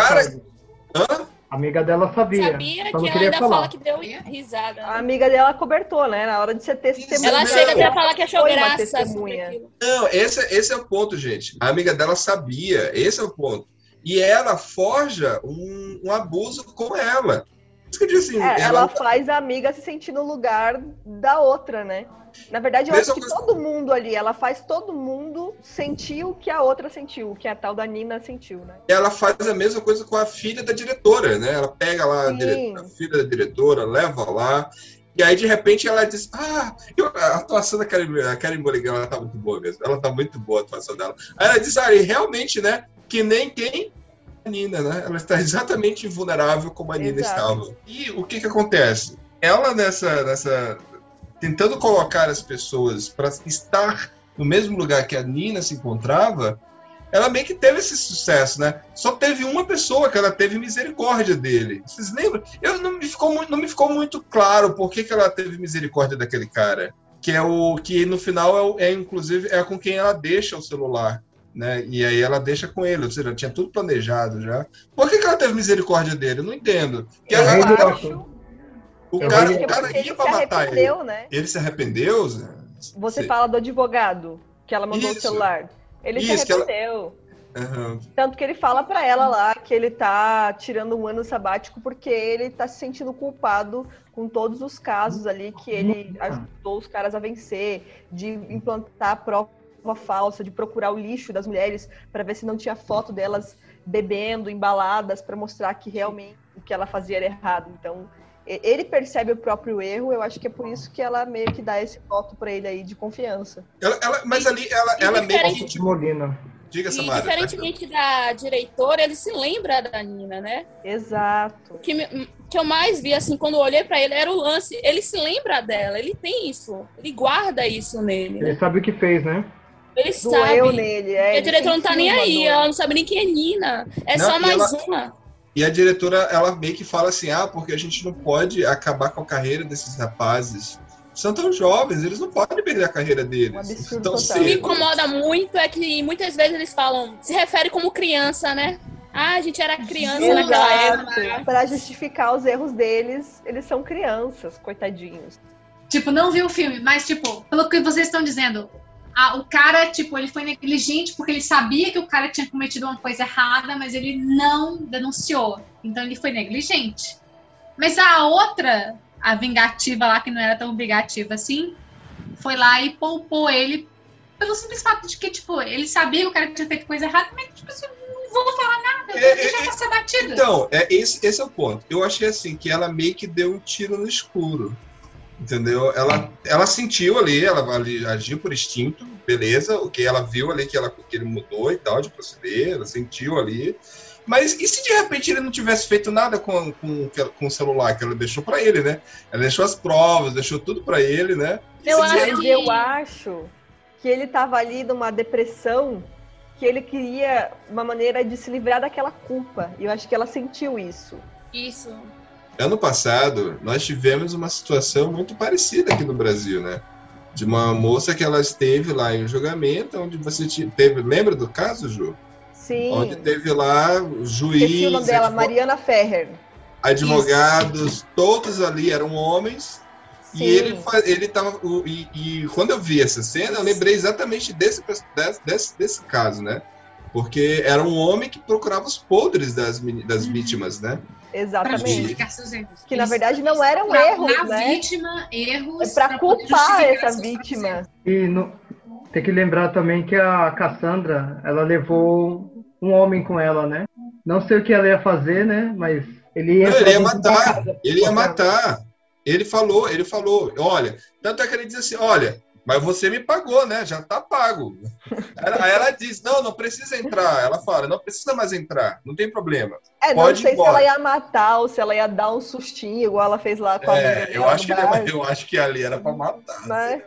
A amiga dela sabia. Sabia que ela ainda fala que deu risada. A amiga dela cobertou, né? Na hora de você ter testemunha. Ela chega até a falar que achou graça. Não, esse é o ponto, gente. A amiga dela sabia. Esse é o ponto. E ela forja um abuso com ela. Isso que eu disse, assim, ela faz a amiga se sentir no lugar da outra, né? Na verdade, eu acho que todo mundo ali, ela faz todo mundo sentir o que a outra sentiu, o que a tal da Nina sentiu, né? Ela faz a mesma coisa com a filha da diretora, né? Ela pega lá a filha da diretora, leva lá, e aí de repente ela diz, a atuação da Karen Mulligan, ela tá muito boa mesmo, ela tá muito boa a atuação dela. Aí ela diz, realmente, né, que nem quem? A Nina, né? Ela está exatamente invulnerável como a Nina estava. E o que acontece? Ela nessa tentando colocar as pessoas para estar no mesmo lugar que a Nina se encontrava, ela meio que teve esse sucesso, né? Só teve uma pessoa que ela teve misericórdia dele. Vocês lembram? Não me ficou muito claro por que ela teve misericórdia daquele cara. Que é o que no final inclusive é com quem ela deixa o celular, né? E aí ela deixa com ele, ou seja, tinha tudo planejado já. Por que ela teve misericórdia dele? Eu não entendo. O cara ia pra matar ele. Né? Ele se arrependeu? Você fala do advogado que ela mandou o celular. Ele se arrependeu. Uhum. Tanto que ele fala pra ela lá que ele tá tirando um ano sabático porque ele tá se sentindo culpado com todos os casos ali que ele ajudou os caras a vencer, de implantar prova falsa, de procurar o lixo das mulheres para ver se não tinha foto delas bebendo, embaladas, para mostrar que realmente o que ela fazia era errado. Então, ele percebe o próprio erro, eu acho que é por isso que ela meio que dá esse voto pra ele aí de confiança. Mas ali ela meio que... Tipo, Molina. Diga, E Samara. diferentemente da diretora, ele se lembra da Nina, né? Exato. O que eu mais vi, assim, quando eu olhei pra ele, era o lance. Ele se lembra dela, ele tem isso. Ele guarda isso nele. Ele sabe o que fez, né? Ele Doeu sabe. nele, E a diretora não tá nem aí, ela não sabe nem quem é Nina. É só mais uma. E a diretora, ela meio que fala assim, porque a gente não pode acabar com a carreira desses rapazes. São tão jovens, eles não podem perder a carreira deles. O que me incomoda muito é que muitas vezes eles falam, se refere como criança, né? A gente era criança naquela época. Pra justificar os erros deles, eles são crianças, coitadinhos. Tipo, não vi o filme, mas, tipo, pelo que vocês estão dizendo, o cara, tipo, ele foi negligente porque ele sabia que o cara tinha cometido uma coisa errada, mas ele não denunciou. Então ele foi negligente. Mas a outra, a vingativa lá, que não era tão vingativa assim, foi lá e poupou ele pelo simples fato de que, tipo, ele sabia que o cara tinha feito coisa errada, mas, tipo assim, não vou falar nada, deixa passar batida. Então, esse é o ponto. Eu achei assim, que ela meio que deu um tiro no escuro. Entendeu? Ela sentiu ali, ela agiu por instinto, beleza, o que ela viu ali que ele mudou e tal, de proceder, ela sentiu ali. Mas e se de repente ele não tivesse feito nada com o celular que ela deixou pra ele, né? Ela deixou as provas, deixou tudo pra ele, né? Eu acho que ele tava ali numa depressão, que ele queria uma maneira de se livrar daquela culpa. E eu acho que ela sentiu isso. Isso. Ano passado, nós tivemos uma situação muito parecida aqui no Brasil, né? De uma moça que ela esteve lá em julgamento, onde você teve... Lembra do caso, Ju? Sim. Onde teve lá o juiz... Esqueci o nome dela, Mariana Ferrer. Advogados, todos ali eram homens. Sim. E ele tava... E quando eu vi essa cena, eu lembrei exatamente desse caso, né? Porque era um homem que procurava os podres das vítimas, né? Exatamente. Pra seus erros. Que na verdade não eram erros, né? Vítima, erros. É pra culpar essa vítima. E tem que lembrar também que a Cassandra, ela levou um homem com ela, né? Não sei o que ela ia fazer, né? Mas ele ia matar. Ele ia matar. Ele falou, olha, tanto é que ele diz assim, olha, mas você me pagou, né? Já tá pago. Aí ela diz, não precisa entrar. Ela fala, não precisa mais entrar, não tem problema. Não sei se ela ia matar ou se ela ia dar um sustinho, igual ela fez lá com a amiga dela. Eu acho que ali era pra matar. Né?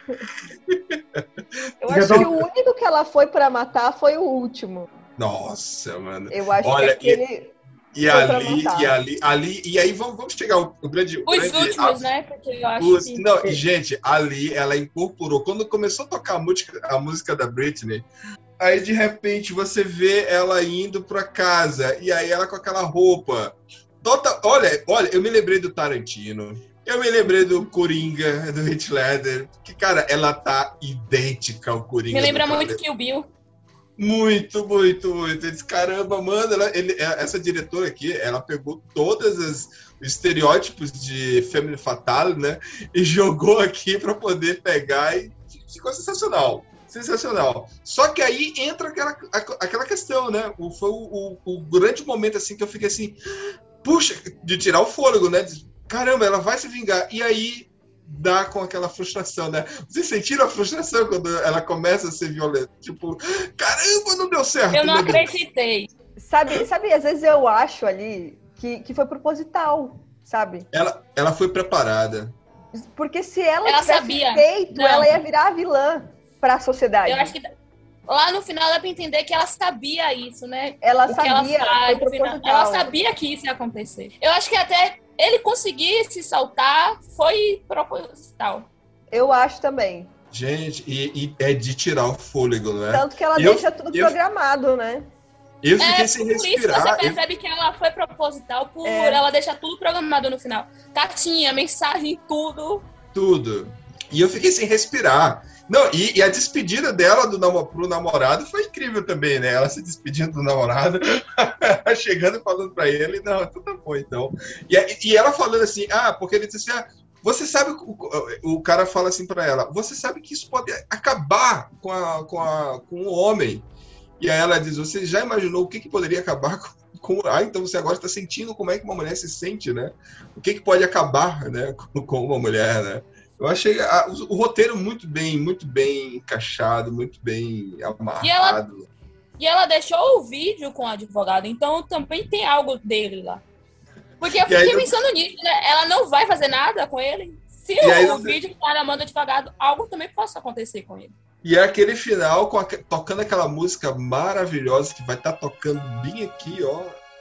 Eu acho que o único que ela foi pra matar foi o último. Nossa, mano. Eu acho que aquele... E aí vamos chegar ao grande... Os últimos, né? Porque eu acho que... Não, gente, ali ela incorporou. Quando começou a tocar a música da Britney, aí de repente você vê ela indo pra casa, e aí ela com aquela roupa. Olha, eu me lembrei do Tarantino, eu me lembrei do Coringa, do Heath Ledger, que, cara, ela tá idêntica ao Coringa. Me lembra muito Kill Bill. Muito, muito, muito. Eu disse, caramba, mano, essa diretora aqui, ela pegou todos os estereótipos de Femme Fatale, né? E jogou aqui para poder pegar e ficou sensacional. Sensacional. Só que aí entra aquela questão, né? Foi o grande momento, assim, que eu fiquei assim, puxa, de tirar o fôlego, né? Caramba, ela vai se vingar. E aí dá com aquela frustração, né? Vocês sentiram a frustração quando ela começa a ser violenta? Tipo, caramba, não deu certo. Eu não acreditei. Sabe, às vezes eu acho ali que foi proposital, sabe? Ela foi preparada. Porque se ela tivesse sabia. feito, ela ia virar a vilã pra sociedade. Eu acho que lá no final dá pra entender que ela sabia isso, né? Ela sabia. Ela sabia que isso ia acontecer. Eu acho que até ele conseguir se soltar foi proposital. Eu acho também. Gente, e é de tirar o fôlego, né? Tanto que ela deixa tudo programado, né? Eu fiquei sem respirar. Por isso você percebe que ela foi proposital, ela deixar tudo programado no final. Cartinha, mensagem, tudo. Tudo. E eu fiquei sem respirar. Não, e a despedida dela pro namorado foi incrível também, né? Ela se despedindo do namorado, chegando e falando pra ele, não, tudo tá bom, então. E ela falando assim, porque ele disse assim, você sabe, o cara fala assim pra ela, você sabe que isso pode acabar com o homem. E aí ela diz, você já imaginou o que poderia acabar com... então você agora está sentindo como é que uma mulher se sente, né? O que pode acabar, né, com uma mulher, né? Eu achei o roteiro muito bem encaixado, muito bem amarrado. E ela deixou o vídeo com o advogado, então também tem algo dele lá. Porque eu fiquei pensando nisso, né? Ela não vai fazer nada com ele. Se o vídeo tá na mão do advogado, algo também possa acontecer com ele. E é aquele final tocando aquela música maravilhosa que vai estar tocando bem aqui, ó.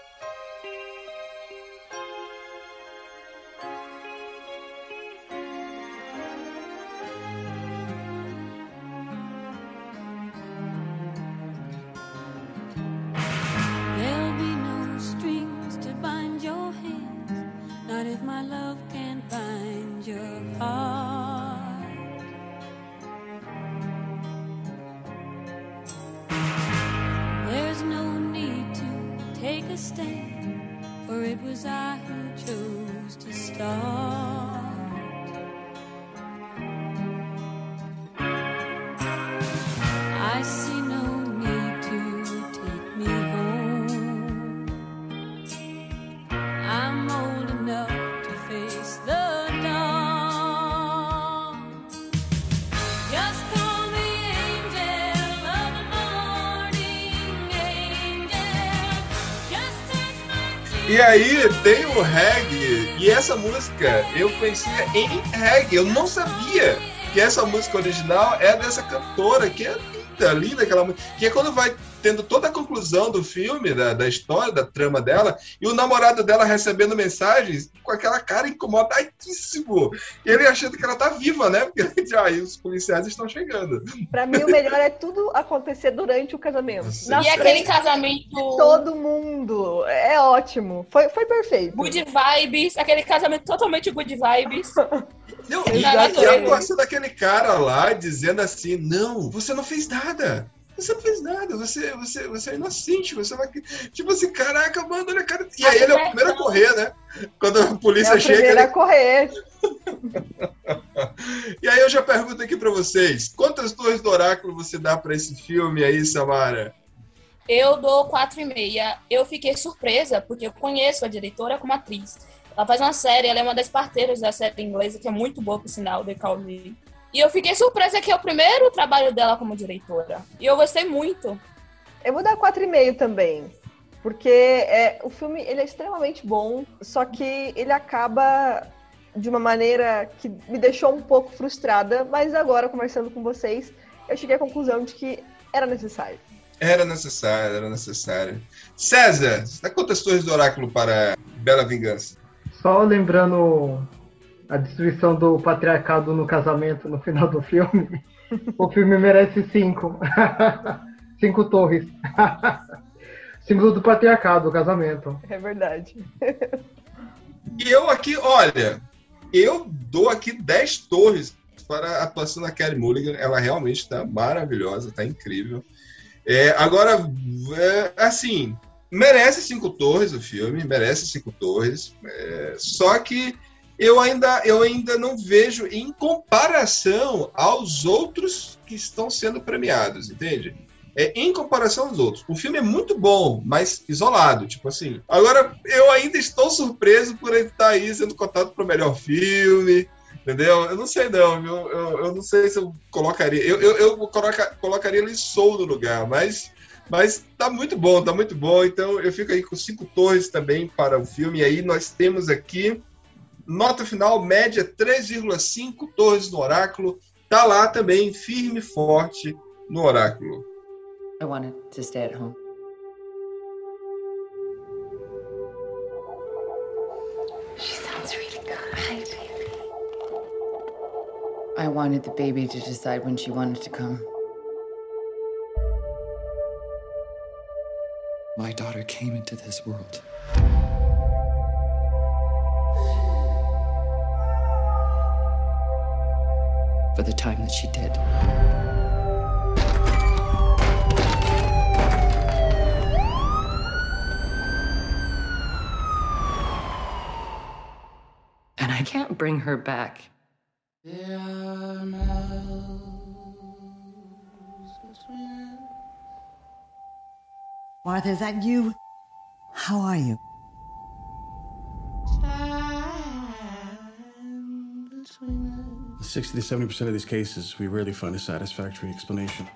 E aí tem o reggae, e essa música eu conhecia em reggae, eu não sabia que essa música original é dessa cantora, que é linda aquela música, que é quando vai tendo toda a conclusão do filme, da história, da trama dela, e o namorado dela recebendo mensagens com aquela cara incomodadíssimo, e ele achando que ela tá viva, né, porque aí os policiais estão chegando. Pra mim o melhor é tudo acontecer durante o casamento. E aquele casamento... Todo mundo, é ótimo, foi perfeito. Good vibes, aquele casamento totalmente good vibes. Não, e a atuação daquele cara lá dizendo assim, não, você não fez nada. Você não fez nada, você é inocente, você vai... Tipo assim, caraca, mano, olha a cara... E aí ele é o primeiro a correr, né? Quando a polícia chega... É o primeiro a correr. E aí eu já pergunto aqui pra vocês, quantas torres do oráculo você dá pra esse filme aí, Samara? Eu dou 4,5. Eu fiquei surpresa, porque eu conheço a diretora como atriz. Ela faz uma série, ela é uma das parteiras da série inglesa, que é muito boa, por sinal, The Call Me. E eu fiquei surpresa que é o primeiro trabalho dela como diretora. E eu gostei muito. Eu vou dar 4,5 também. Porque o filme ele é extremamente bom, só que ele acaba de uma maneira que me deixou um pouco frustrada, mas agora, conversando com vocês, eu cheguei à conclusão de que era necessário. Era necessário. César, você dá quantas torres do oráculo para Bela Vingança? Só lembrando a destruição do patriarcado no casamento no final do filme, o filme merece 5. 5 torres. Símbolo do patriarcado, o casamento. É verdade. E eu aqui, olha, eu dou aqui 10 torres para a atuação da Carey Mulligan. Ela realmente está maravilhosa, está incrível. Agora, assim, merece 5 torres o filme, merece 5 torres. Só que eu ainda não vejo em comparação aos outros que estão sendo premiados, entende? Em comparação aos outros. O filme é muito bom, mas isolado, tipo assim. Agora, eu ainda estou surpreso por ele estar aí sendo cotado para o melhor filme, entendeu? Eu não sei não, viu? Eu não sei se eu colocaria... Eu colocaria ele Soul no lugar, mas tá muito bom, então eu fico aí com 5 torres também para o filme, e aí nós temos aqui nota final, média 3,5 torres no oráculo, tá lá também, firme e forte no oráculo. I wanted to stay at home. She sounds really good. Hi, baby. I wanted the baby to decide when she wanted to come. My daughter came into this world. for the time that she did. And I can't bring her back. Martha, is that you? How are you? In 60 to 70% of these cases, we rarely find a satisfactory explanation.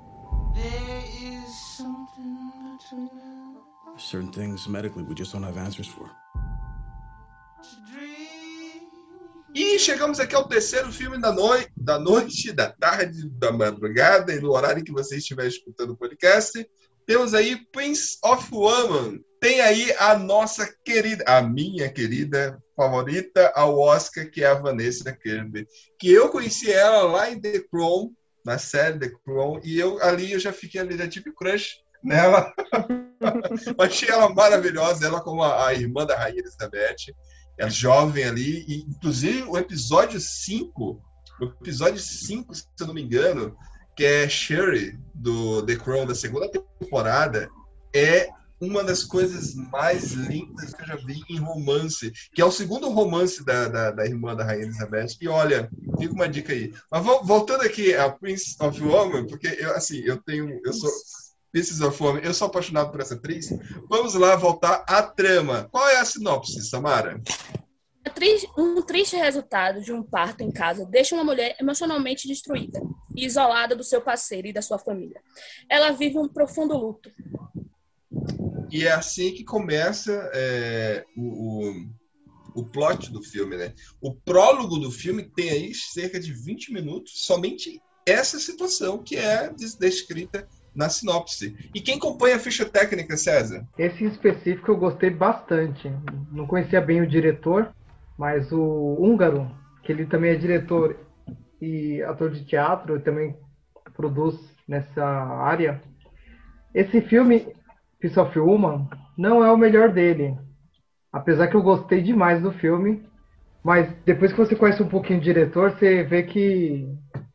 There's certain things medically we just don't have answers for. E chegamos aqui ao terceiro filme da noite, da tarde, da madrugada e do horário em que você estiver escutando o podcast. Temos aí Prince of Woman. Tem aí a nossa querida, a minha querida favorita ao Oscar, que é a Vanessa Kirby. Que eu conheci ela lá em The Crown, na série The Crown, e eu já fiquei ali, já tive crush nela. Achei ela maravilhosa, ela como a irmã da Rainha Elizabeth. É jovem ali, e inclusive o episódio 5, se eu não me engano, que é Sherry, do The Crown, da segunda temporada, é uma das coisas mais lindas que eu já vi em romance, que é o segundo romance da irmã da Rainha Elizabeth. E olha, fica uma dica aí. Mas voltando aqui a Prince of Woman, porque eu sou Prince of Woman, eu sou apaixonado por essa atriz. Vamos lá voltar à trama. Qual é a sinopse, Samara? Um triste resultado de um parto em casa deixa uma mulher emocionalmente destruída e isolada do seu parceiro e da sua família. Ela vive um profundo luto. E é assim que começa o plot do filme, né? O prólogo do filme tem aí cerca de 20 minutos, somente essa situação que é descrita na sinopse. E quem acompanha a ficha técnica, César? Esse em específico eu gostei bastante. Não conhecia bem o diretor, mas o húngaro, que ele também é diretor e ator de teatro, também produz nessa área. Esse filme, Prince of Woman, não é o melhor dele. Apesar que eu gostei demais do filme, mas depois que você conhece um pouquinho o diretor, você vê que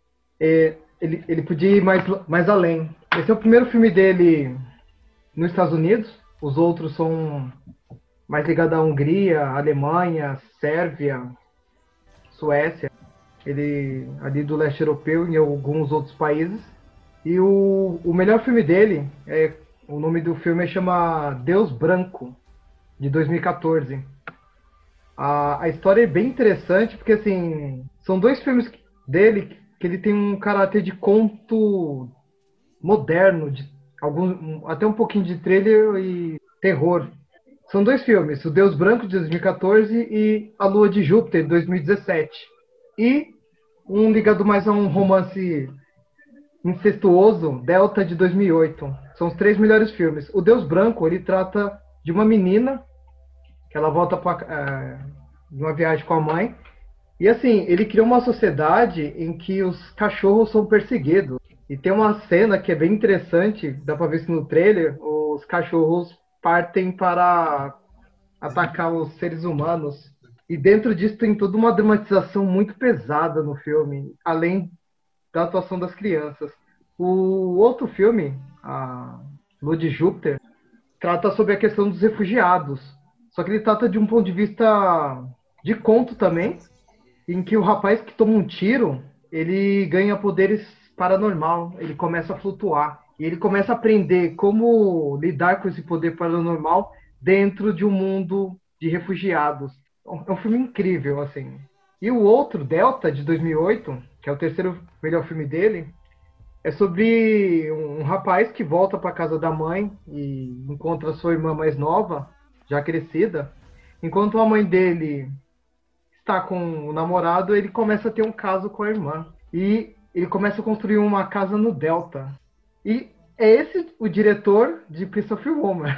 ele podia ir mais além. Esse é o primeiro filme dele nos Estados Unidos. Os outros são mais ligados à Hungria, Alemanha, Sérvia, Suécia. Ele ali do leste europeu e em alguns outros países. E o melhor filme dele, o nome do filme chama Deus Branco, de 2014. A história é bem interessante porque assim, são dois filmes dele que ele tem um caráter de conto moderno, até um pouquinho de thriller e terror. São dois filmes, o Deus Branco, de 2014, e A Lua de Júpiter, de 2017. E um ligado mais a um romance incestuoso, Delta, de 2008. São os três melhores filmes. O Deus Branco, ele trata de uma menina que ela volta de uma viagem com a mãe. E assim, ele criou uma sociedade em que os cachorros são perseguidos. E tem uma cena que é bem interessante, dá pra ver isso no trailer, os cachorros partem para atacar os seres humanos. E dentro disso tem toda uma dramatização muito pesada no filme, além da atuação das crianças. O outro filme, A Lua de Júpiter, trata sobre a questão dos refugiados. Só que ele trata de um ponto de vista de conto também, em que o rapaz que toma um tiro, ele ganha poderes paranormal, ele começa a flutuar. E ele começa a aprender como lidar com esse poder paranormal dentro de um mundo de refugiados. É um filme incrível, assim. E o outro, Delta, de 2008, que é o terceiro melhor filme dele, é sobre um rapaz que volta para casa da mãe e encontra sua irmã mais nova, já crescida. Enquanto a mãe dele está com o namorado, ele começa a ter um caso com a irmã. E ele começa a construir uma casa no Delta. E é esse o diretor de Prince of Woman.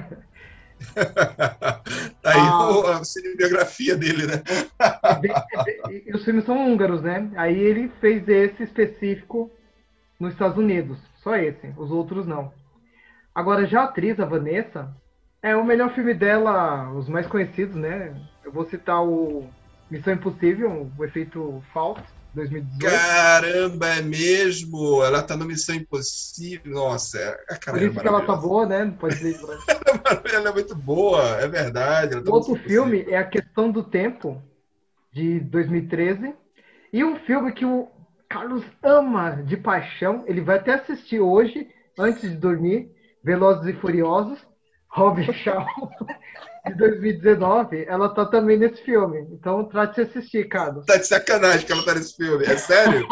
Aí a cinebiografia dele, né? E os filmes são húngaros, né? Aí ele fez esse específico nos Estados Unidos. Só esse. Os outros não. Agora, já a atriz, a Vanessa, o melhor filme dela, os mais conhecidos, né? Eu vou citar o Missão Impossível, o Efeito Faust. 2018. Caramba, é mesmo? Ela tá no Missão Impossível. Nossa, cara, por isso que ela tá boa, né? Não pode dizer. Ela é muito boa, é verdade. O outro filme é A Questão do Tempo, de 2013. E um filme que o Carlos ama de paixão. Ele vai até assistir hoje, antes de dormir. Velozes e Furiosos. Robin Shaw, de 2019. Ela tá também nesse filme. Então trate de assistir, Carlos. Tá de sacanagem que ela tá nesse filme. É sério?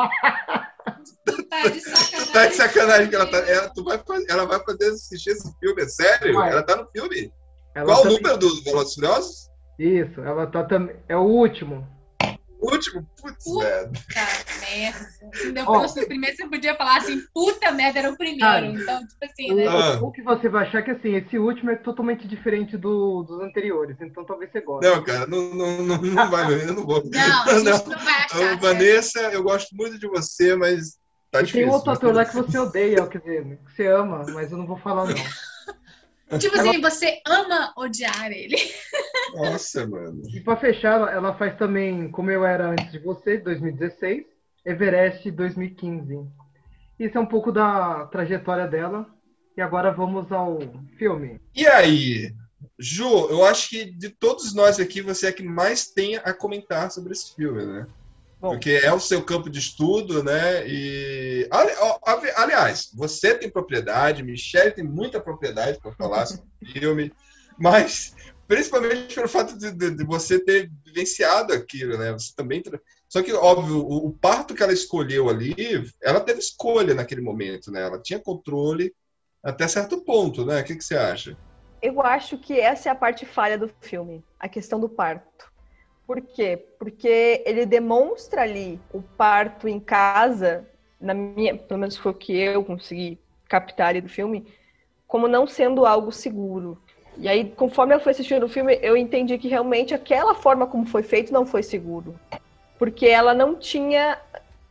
Tá de sacanagem que ela tá. Ela vai poder assistir esse filme, é sério? Vai. Ela tá no filme? Ela Qual tá... o número do Velozes e Furiosos? Isso, ela tá também. É o último. O último? Putz, velho. Puta merda. Depois do primeiro você podia falar assim, puta merda, era o primeiro. Ah, então, tipo assim, né? O que você vai achar que assim, esse último é totalmente diferente dos anteriores, então talvez você goste. Não, cara, não vai mesmo, eu não vou. Não, a gente não vai achar. Vanessa, eu gosto muito de você, mas tá difícil. Tem outro ator lá que você odeia, quer dizer, que você ama, mas eu não vou falar não. Tipo assim, você ama odiar ele. Nossa, mano. E pra fechar, ela faz também Como Eu Era Antes de Você, 2016, Everest, 2015. Isso é um pouco da trajetória dela. E agora vamos ao filme. E aí, Ju, eu acho que de todos nós aqui, você é que mais tem a comentar sobre esse filme, né? Bom, porque é o seu campo de estudo, né? E aliás, você tem propriedade, Michelle tem muita propriedade para falar sobre o filme, mas principalmente pelo fato de você ter vivenciado aquilo, né? Você também. Só que, óbvio, o parto que ela escolheu ali, ela teve escolha naquele momento, né? Ela tinha controle até certo ponto, né? O que você acha? Eu acho que essa é a parte falha do filme, a questão do parto. Por quê? Porque ele demonstra ali o parto em casa, pelo menos foi o que eu consegui captar ali do filme, como não sendo algo seguro. E aí, conforme eu fui assistindo o filme, eu entendi que realmente aquela forma como foi feito não foi seguro. Porque ela não tinha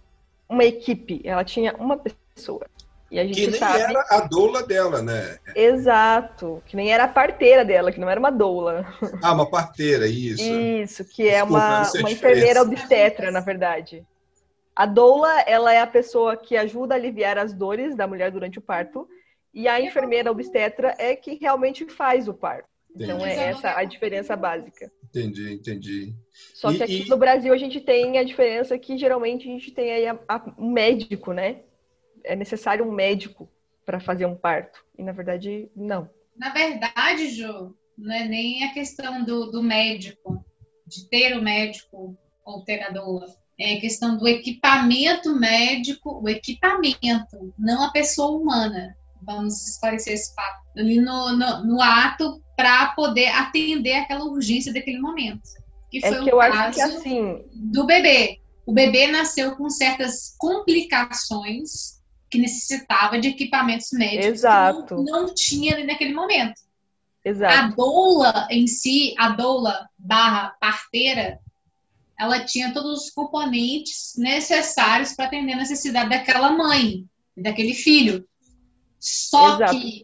uma equipe, ela tinha uma pessoa. E a gente que nem sabe... era a doula dela, né? Exato, que nem era a parteira dela, que não era uma doula. Ah, uma parteira, isso. Isso, que é uma enfermeira obstetra, na verdade. A doula, ela é a pessoa que ajuda a aliviar as dores da mulher durante o parto, e a enfermeira obstetra é que realmente faz o parto. Entendi. Então é essa a diferença básica. Entendi. Só que aqui no Brasil a gente tem a diferença que geralmente a gente tem aí um médico, né? É necessário um médico para fazer um parto. E, na verdade, não. Na verdade, Ju, não é nem a questão do médico, de ter o médico ou ter a doula. É a questão do equipamento médico, o equipamento, não a pessoa humana. Vamos esclarecer esse fato. Ali no ato para poder atender aquela urgência daquele momento. Que foi que eu acho que assim... do bebê. O bebê nasceu com certas complicações que necessitava de equipamentos médicos. Exato. Que não tinha ali naquele momento. Exato. A doula em si, a doula / parteira, ela tinha todos os componentes necessários para atender a necessidade daquela mãe, daquele filho. Só Exato. que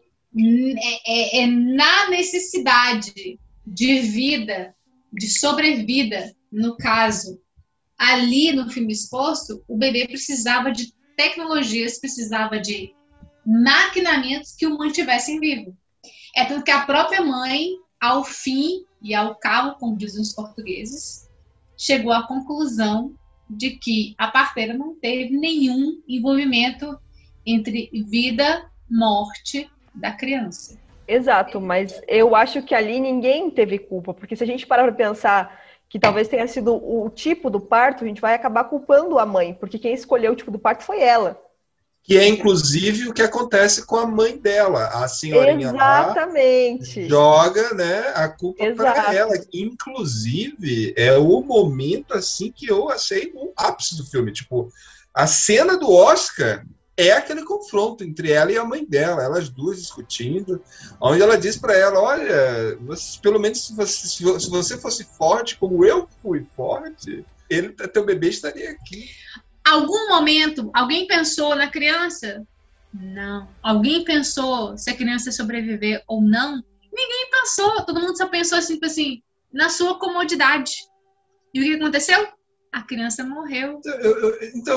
é na necessidade de vida, de sobrevida, no caso, ali no filme exposto, o bebê precisava de tecnologias, precisava de maquinamentos que o mantivessem vivo. É tanto que a própria mãe, ao fim e ao cabo, como dizem os portugueses, chegou à conclusão de que a parteira não teve nenhum envolvimento entre vida e morte da criança. Exato, mas eu acho que ali ninguém teve culpa, porque se a gente parar para pensar que talvez tenha sido o tipo do parto, a gente vai acabar culpando a mãe, porque quem escolheu o tipo do parto foi ela. Que é, inclusive, o que acontece com a mãe dela. A senhorinha Exatamente. Lá joga, né, a culpa para ela. Inclusive, é o momento assim que eu achei o ápice do filme. Tipo, a cena do Oscar é aquele confronto entre ela e a mãe dela, elas duas discutindo, onde ela diz para ela, olha, pelo menos se você fosse forte como eu fui forte, teu bebê estaria aqui. Algum momento, alguém pensou na criança? Não. Alguém pensou se a criança ia sobreviver ou não? Ninguém pensou. Todo mundo só pensou assim, na sua comodidade. E o que aconteceu? A criança morreu. Então,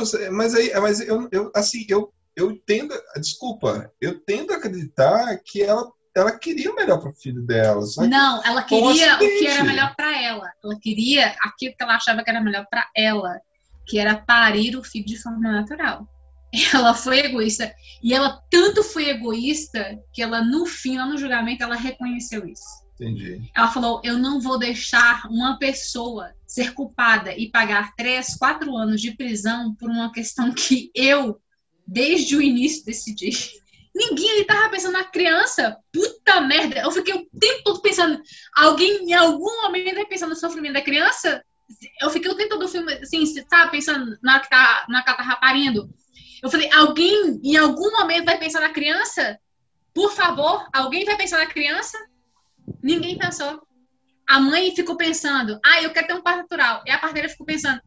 eu tendo, desculpa, eu tendo a acreditar que ela queria o melhor para o filho dela. Não, ela queria o que era melhor para ela. Ela queria aquilo que ela achava que era melhor para ela, que era parir o filho de forma natural. Ela foi egoísta. E ela tanto foi egoísta que ela, no fim, lá no julgamento, ela reconheceu isso. Entendi. Ela falou, eu não vou deixar uma pessoa ser culpada e pagar 3, 4 anos de prisão por uma questão que eu, desde o início, decidi. Ninguém ali tava pensando na criança. Puta merda. Eu fiquei o tempo todo pensando, alguém em algum momento vai pensar no sofrimento da criança? Eu fiquei o tempo todo do filme, assim, sabe, pensando na hora que ela tava parindo. Eu falei, alguém em algum momento vai pensar na criança? Por favor, alguém vai pensar na criança? Ninguém pensou. A mãe ficou pensando, eu quero ter um parto natural. E a parteira ficou pensando,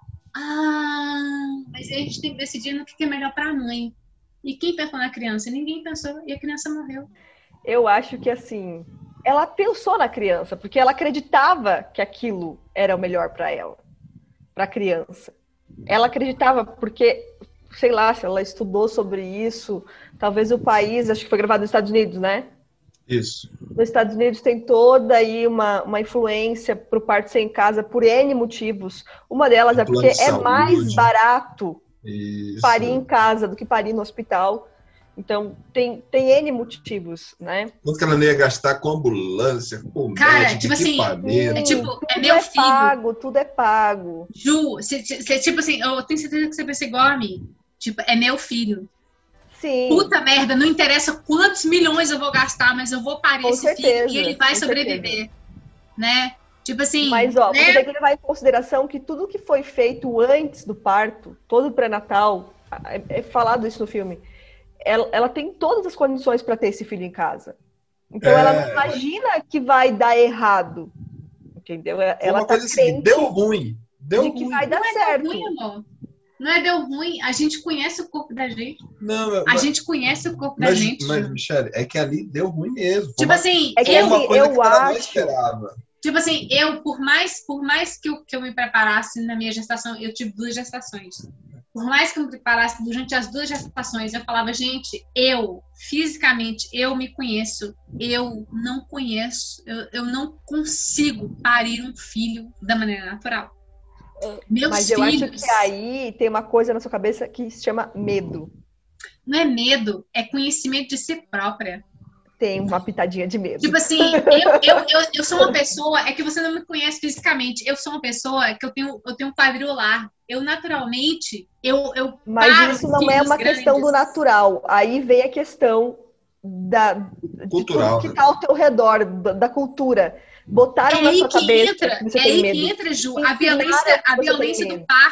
mas a gente tem que decidir no que é melhor para a mãe. E quem pensou na criança? Ninguém pensou e a criança morreu. Eu acho que, assim, ela pensou na criança, porque ela acreditava que aquilo era o melhor para ela, para a criança. Ela acreditava porque, sei lá, se ela estudou sobre isso, talvez o país, acho que foi gravado nos Estados Unidos, né? Isso. Nos Estados Unidos tem toda aí uma influência para o parto ser em casa por N motivos. Uma delas é porque é mais barato parir em casa do que parir no hospital. Então, tem N motivos, né? Quanto que ela não ia gastar com ambulância, com médico, tipo assim, é meu filho. Pago, tudo é pago. Ju, tipo assim, eu tenho certeza que você pensa igual a mim. Tipo, é meu filho. Sim. Puta merda, não interessa quantos milhões eu vou gastar, mas eu vou parir esse filho e ele vai sobreviver, né? Tipo assim... Mas, você tem que levar em consideração que tudo que foi feito antes do parto, todo o pré-natal, é falado isso no filme, ela tem todas as condições para ter esse filho em casa. Então, ela não imagina que vai dar errado, entendeu? Ela tá crente assim, deu ruim. Que vai dar certo. Deu ruim, amor. Não é deu ruim, a gente conhece o corpo da gente. A gente conhece o corpo da gente. Mas, Michele, é que ali deu ruim mesmo. Tipo assim, eu acho... Tipo assim, por mais que eu me preparasse na minha gestação, eu tive 2 gestações. Por mais que eu me preparasse durante as 2 gestações, eu falava, gente, fisicamente, eu me conheço. Eu não conheço, eu não consigo parir um filho da maneira natural. Mas eu acho que aí tem uma coisa na sua cabeça que se chama medo. Não é medo, é conhecimento de si própria. Tem uma pitadinha de medo. Tipo assim, eu sou uma pessoa, é que você não me conhece fisicamente, eu sou uma pessoa que eu tenho um quadricular. Eu naturalmente, Mas isso não é uma questão do natural. Aí vem a questão cultural, de tudo que tá ao teu redor, da cultura. Botaram na sua cabeça que você tem medo. Que entra, Ju, a violência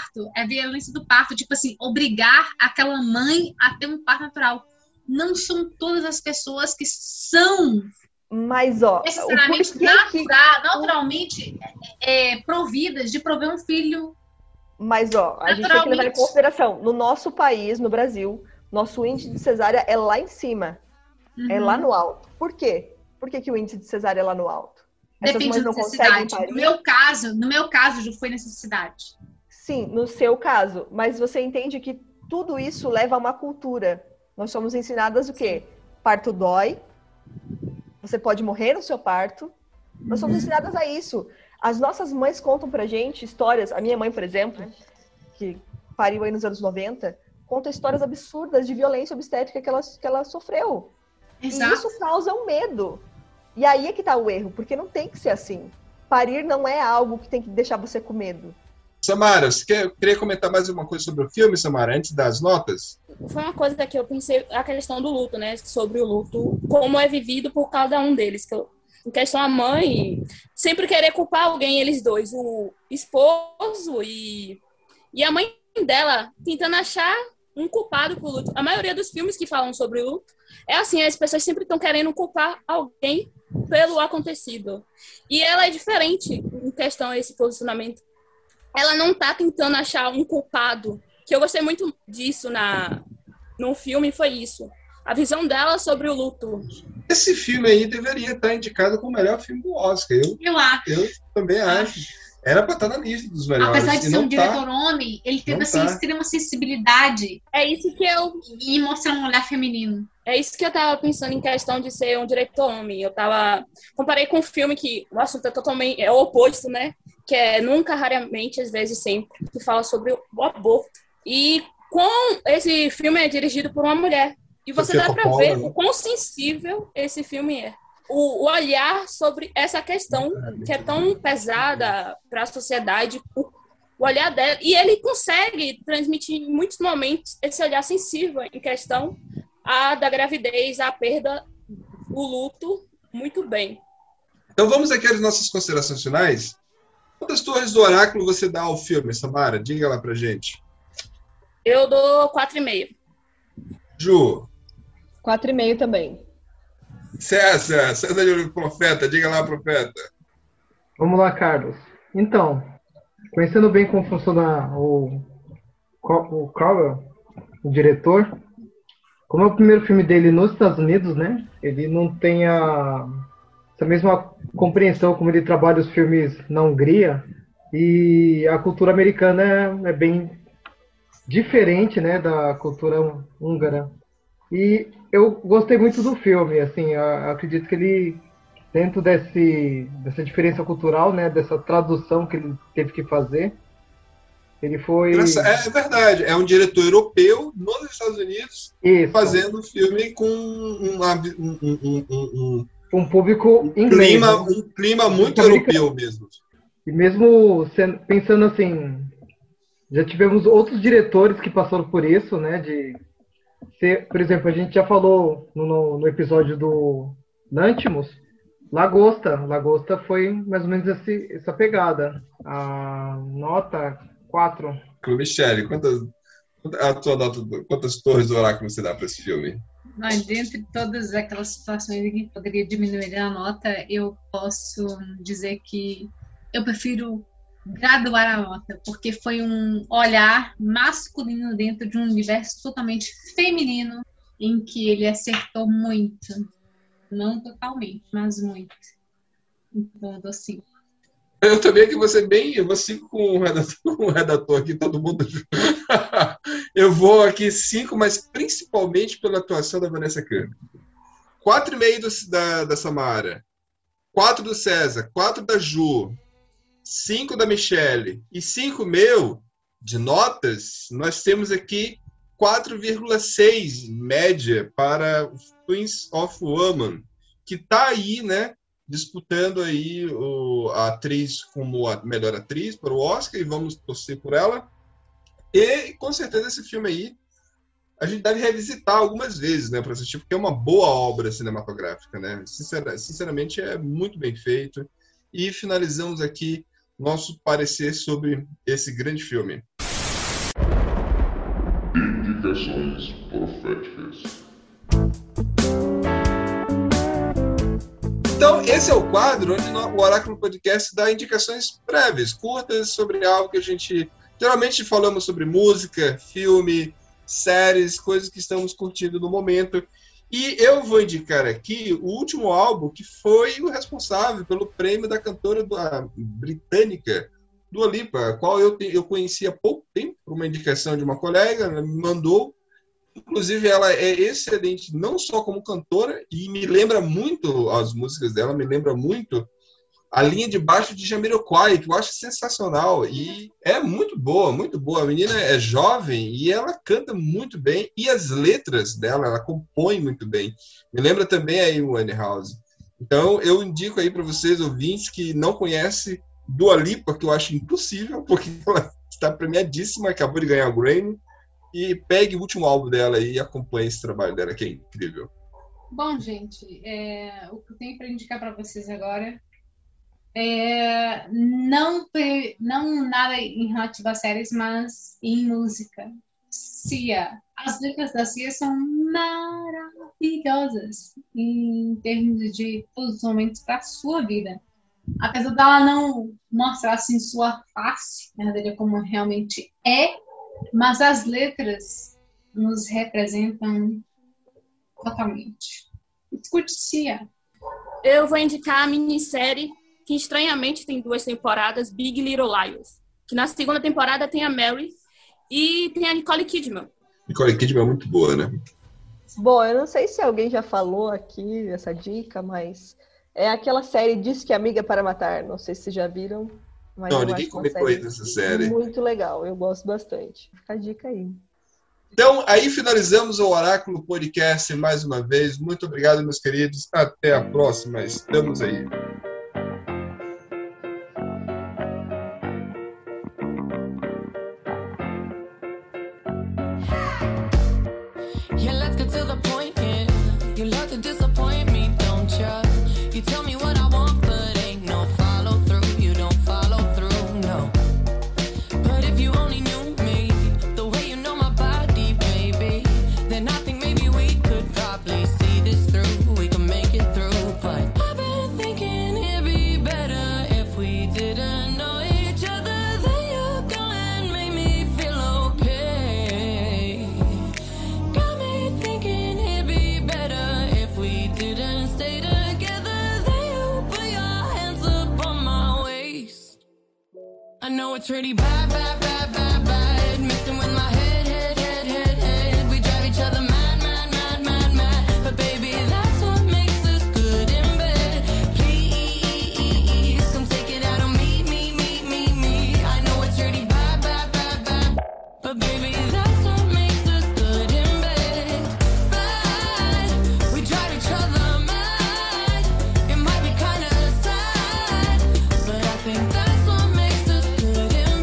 do parto, tipo assim, obrigar aquela mãe a ter um parto natural. Não são todas as pessoas que são necessariamente naturalmente providas de prover um filho. Mas, a gente tem que levar em consideração, no nosso país, no Brasil, nosso índice de cesárea é lá em cima. Uhum. É lá no alto. Por quê? Por que o índice de cesárea é lá no alto? Depende da necessidade. No meu caso, Ju, foi necessidade. Sim, no seu caso. Mas você entende que tudo isso leva a uma cultura. Nós somos ensinadas o quê? Parto dói. Você pode morrer no seu parto. Nós somos ensinadas a isso. As nossas mães contam pra gente histórias. A minha mãe, por exemplo, que pariu aí nos anos 90, conta histórias absurdas de violência obstétrica que ela sofreu. Exato. E isso causa um medo. E aí é que tá o erro, porque não tem que ser assim. Parir não é algo que tem que deixar você com medo. Samara, você queria comentar mais alguma coisa sobre o filme, Samara, antes das notas? Foi uma coisa que eu pensei, a questão do luto, né? Sobre o luto, como é vivido por cada um deles. Em questão a mãe, sempre querer culpar alguém, eles dois, o esposo e a mãe dela, tentando achar um culpado pro luto. A maioria dos filmes que falam sobre o luto é assim, as pessoas sempre estão querendo culpar alguém pelo acontecido. E ela é diferente em questão a esse posicionamento. Ela não tá tentando achar um culpado. Que eu gostei muito disso no filme, foi isso. A visão dela sobre o luto. Esse filme aí deveria estar indicado como o melhor filme do Oscar. Eu também acho. Era pra estar na lista dos melhores. Apesar de e ser não um diretor homem, ele teve Não assim, tá. extrema sensibilidade É isso que eu em mostrar um olhar feminino. É isso que eu tava pensando em questão de ser um diretor homem. Comparei com um filme que o assunto é totalmente o oposto, né? Que é Nunca, Raramente, Às vezes Sempre, que fala sobre o aborto. E esse filme é dirigido por uma mulher. E você Sofia dá pra Coppola, ver né? o quão sensível esse filme é. O olhar sobre essa questão que é tão pesada para a sociedade, o olhar dela. E ele consegue transmitir em muitos momentos esse olhar sensível em questão da gravidez, a perda, o luto, muito bem. Então vamos aqui às nossas considerações finais. Quantas torres do oráculo você dá ao filme, Samara? Diga lá pra gente. Eu dou 4,5. Ju. 4,5 também. César de Profeta, diga lá, Profeta. Vamos lá, Carlos. Então, conhecendo bem como funciona o Cowell, o diretor, como é o primeiro filme dele nos Estados Unidos, né? Ele não tem essa mesma compreensão como ele trabalha os filmes na Hungria, e a cultura americana é bem diferente, né, da cultura húngara. E eu gostei muito do filme, assim, eu acredito que ele, dentro dessa diferença cultural, né, dessa tradução que ele teve que fazer, ele foi... É verdade, é um diretor europeu nos Estados Unidos. Isso. Fazendo filme com um público inglês. Um clima muito europeu mesmo. E mesmo pensando assim, já tivemos outros diretores que passaram por isso, né, de ser, por exemplo, a gente já falou no episódio do Lanthimos, Lagosta foi mais ou menos essa pegada. A nota 4. Michele, quantas torres do oráculo você dá para esse filme? Mas dentre todas aquelas situações que poderia diminuir a nota, eu posso dizer que eu prefiro graduar a nota, porque foi um olhar masculino dentro de um universo totalmente feminino, em que ele acertou muito. Não totalmente, mas muito. Então, eu dou 5. Eu também que você eu vou 5 com o redator aqui, todo mundo. Eu vou aqui 5, mas principalmente pela atuação da Vanessa Kirby. 4,5 da Samara, 4 do César, 4 da Ju, 5 da Michele e 5 meu de notas. Nós temos aqui 4,6 média para Twins of Woman, que está aí, né? Disputando aí a atriz como a melhor atriz para o Oscar, e vamos torcer por ela. E com certeza esse filme aí a gente deve revisitar algumas vezes, né, para assistir, porque é uma boa obra cinematográfica, né? Sinceramente é muito bem feito. E finalizamos aqui nosso parecer sobre esse grande filme. Indicações proféticas. Então, esse é o quadro onde o Oráculo Podcast dá indicações prévias, curtas, sobre algo que a gente... Geralmente falamos sobre música, filme, séries, coisas que estamos curtindo no momento. E eu vou indicar aqui o último álbum que foi o responsável pelo prêmio da cantora britânica, Dua Lipa, a qual eu conheci há pouco tempo, por uma indicação de uma colega, ela me mandou. Inclusive, ela é excelente, não só como cantora, e me lembra muito, as músicas dela me lembram muito a linha de baixo de Jamiroquai, que eu acho sensacional, e é muito boa, muito boa. A menina é jovem e ela canta muito bem, e as letras dela, ela compõe muito bem. Me lembra também a Amy Winehouse. Então, eu indico aí para vocês, ouvintes, que não conhecem Dua Lipa, que eu acho impossível, porque ela está premiadíssima, acabou de ganhar o Grammy, e pegue o último álbum dela e acompanhe esse trabalho dela, que é incrível. Bom, gente, o que eu tenho para indicar para vocês agora não nada em relativo a séries, mas em música. Cia. As letras da Cia são maravilhosas em termos de todos os momentos para a sua vida. Apesar dela não mostrar assim sua face verdadeira como realmente é, mas as letras nos representam totalmente. Escute, Cia. Eu vou indicar a minissérie que estranhamente tem 2 temporadas, Big Little Lies. Que na segunda temporada tem a Mary e tem a Nicole Kidman. Nicole Kidman é muito boa, né? Bom, eu não sei se alguém já falou aqui essa dica, mas é aquela série Diz que Amiga para Matar. Não sei se vocês já viram. Mas não, ninguém comentou aí nessa série. Muito legal, eu gosto bastante. Fica a dica aí. Então, aí finalizamos o Oráculo Podcast mais uma vez. Muito obrigado, meus queridos. Até a próxima. Estamos aí. Yeah, let's get to the point, yeah. You love to disappoint me, don't ya? You tell me what I want, but ain't no follow through. You don't follow through, no. But if you only knew me, the way you know my body, baby, then I think maybe we could probably see this through. We can make it through, but I've been thinking it'd be better if we didn't know each other. Then you go and make me feel okay. Got me thinking it'd be better if we didn't stay together. Then you put your hands up on my waist. I know it's really bad, bad, bad, bad, bad. Messing with my head, head, head, head, head. We drive each other mad, mad, mad, mad, mad. But baby, that's what makes us good in bed. Please, come take it out on me, me, me, me, me. I know it's really bad, bad, bad, bad. But baby, that's what makes us good in bed. Bad, we drive each other mad. It might be kinda sad, but I think that's what makes us good in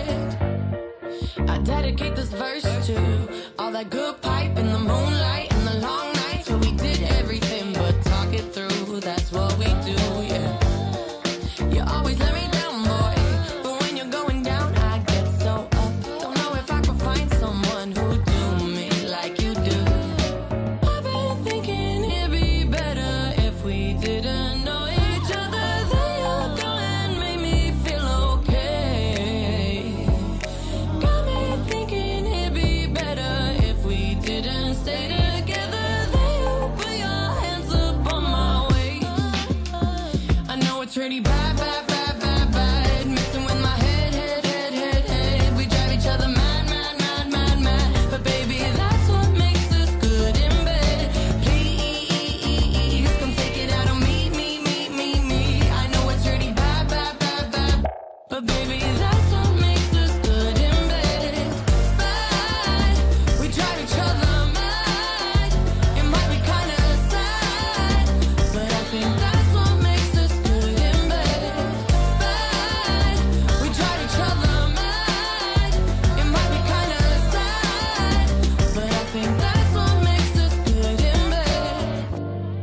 bed. I dedicate this verse to all that good pipe in the moonlight and the long nights where we did everything but talk it through. That's what we do, yeah. You always let me down, boy, but when you're going down, I get so up. Don't know if I could find someone who do me like you do. I've been thinking it'd be better if we didn't know each other. Then you go and make me feel okay. Got me thinking it'd be better if we didn't stay together. Then you put your hands up on my waist. I know it's really bad, bad, bad, bad, bad. Messing with my head, head, head, head, head. We drive each other mad, mad, mad, mad, mad. But baby, that's what makes us good in bed. Please, come take it out on me, me, me, me, me. I know it's really bad, bad, bad, bad. But baby, that's what makes us good in bed. It's bad, we drive each other mad. It might be kinda sad, but I think that's what makes us good in bed. It's bad, we drive each other mad. It might be kinda sad, but I think that's what makes us good in bed.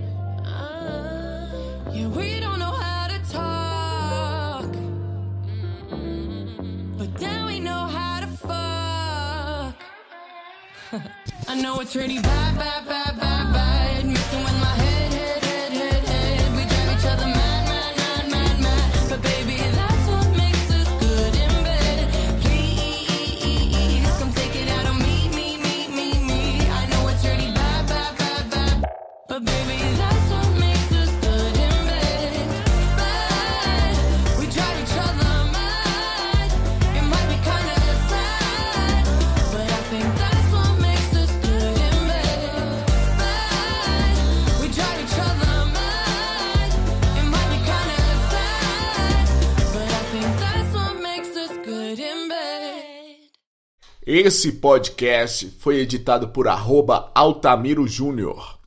Yeah, we don't know how to talk, but then we know how to fuck. I know it's really bad, bad, bad, bad, bad. Messing with my head, head, head, head, head. We drive each other mad, mad, mad, mad, mad. But baby, that's what makes us good in bed. Please, come take it out on me, me, me, me, me. I know it's really bad, bad, bad, bad. But baby, that's what makes us good in bed. It's bad, we drive each other mad. It might be kinda sad, but I think that's what makes us good in bed. It's bad, we drive each other mad. It might be kinda sad, but I think that's what makes us good in bed. Esse podcast foi editado por @Altamiro Júnior.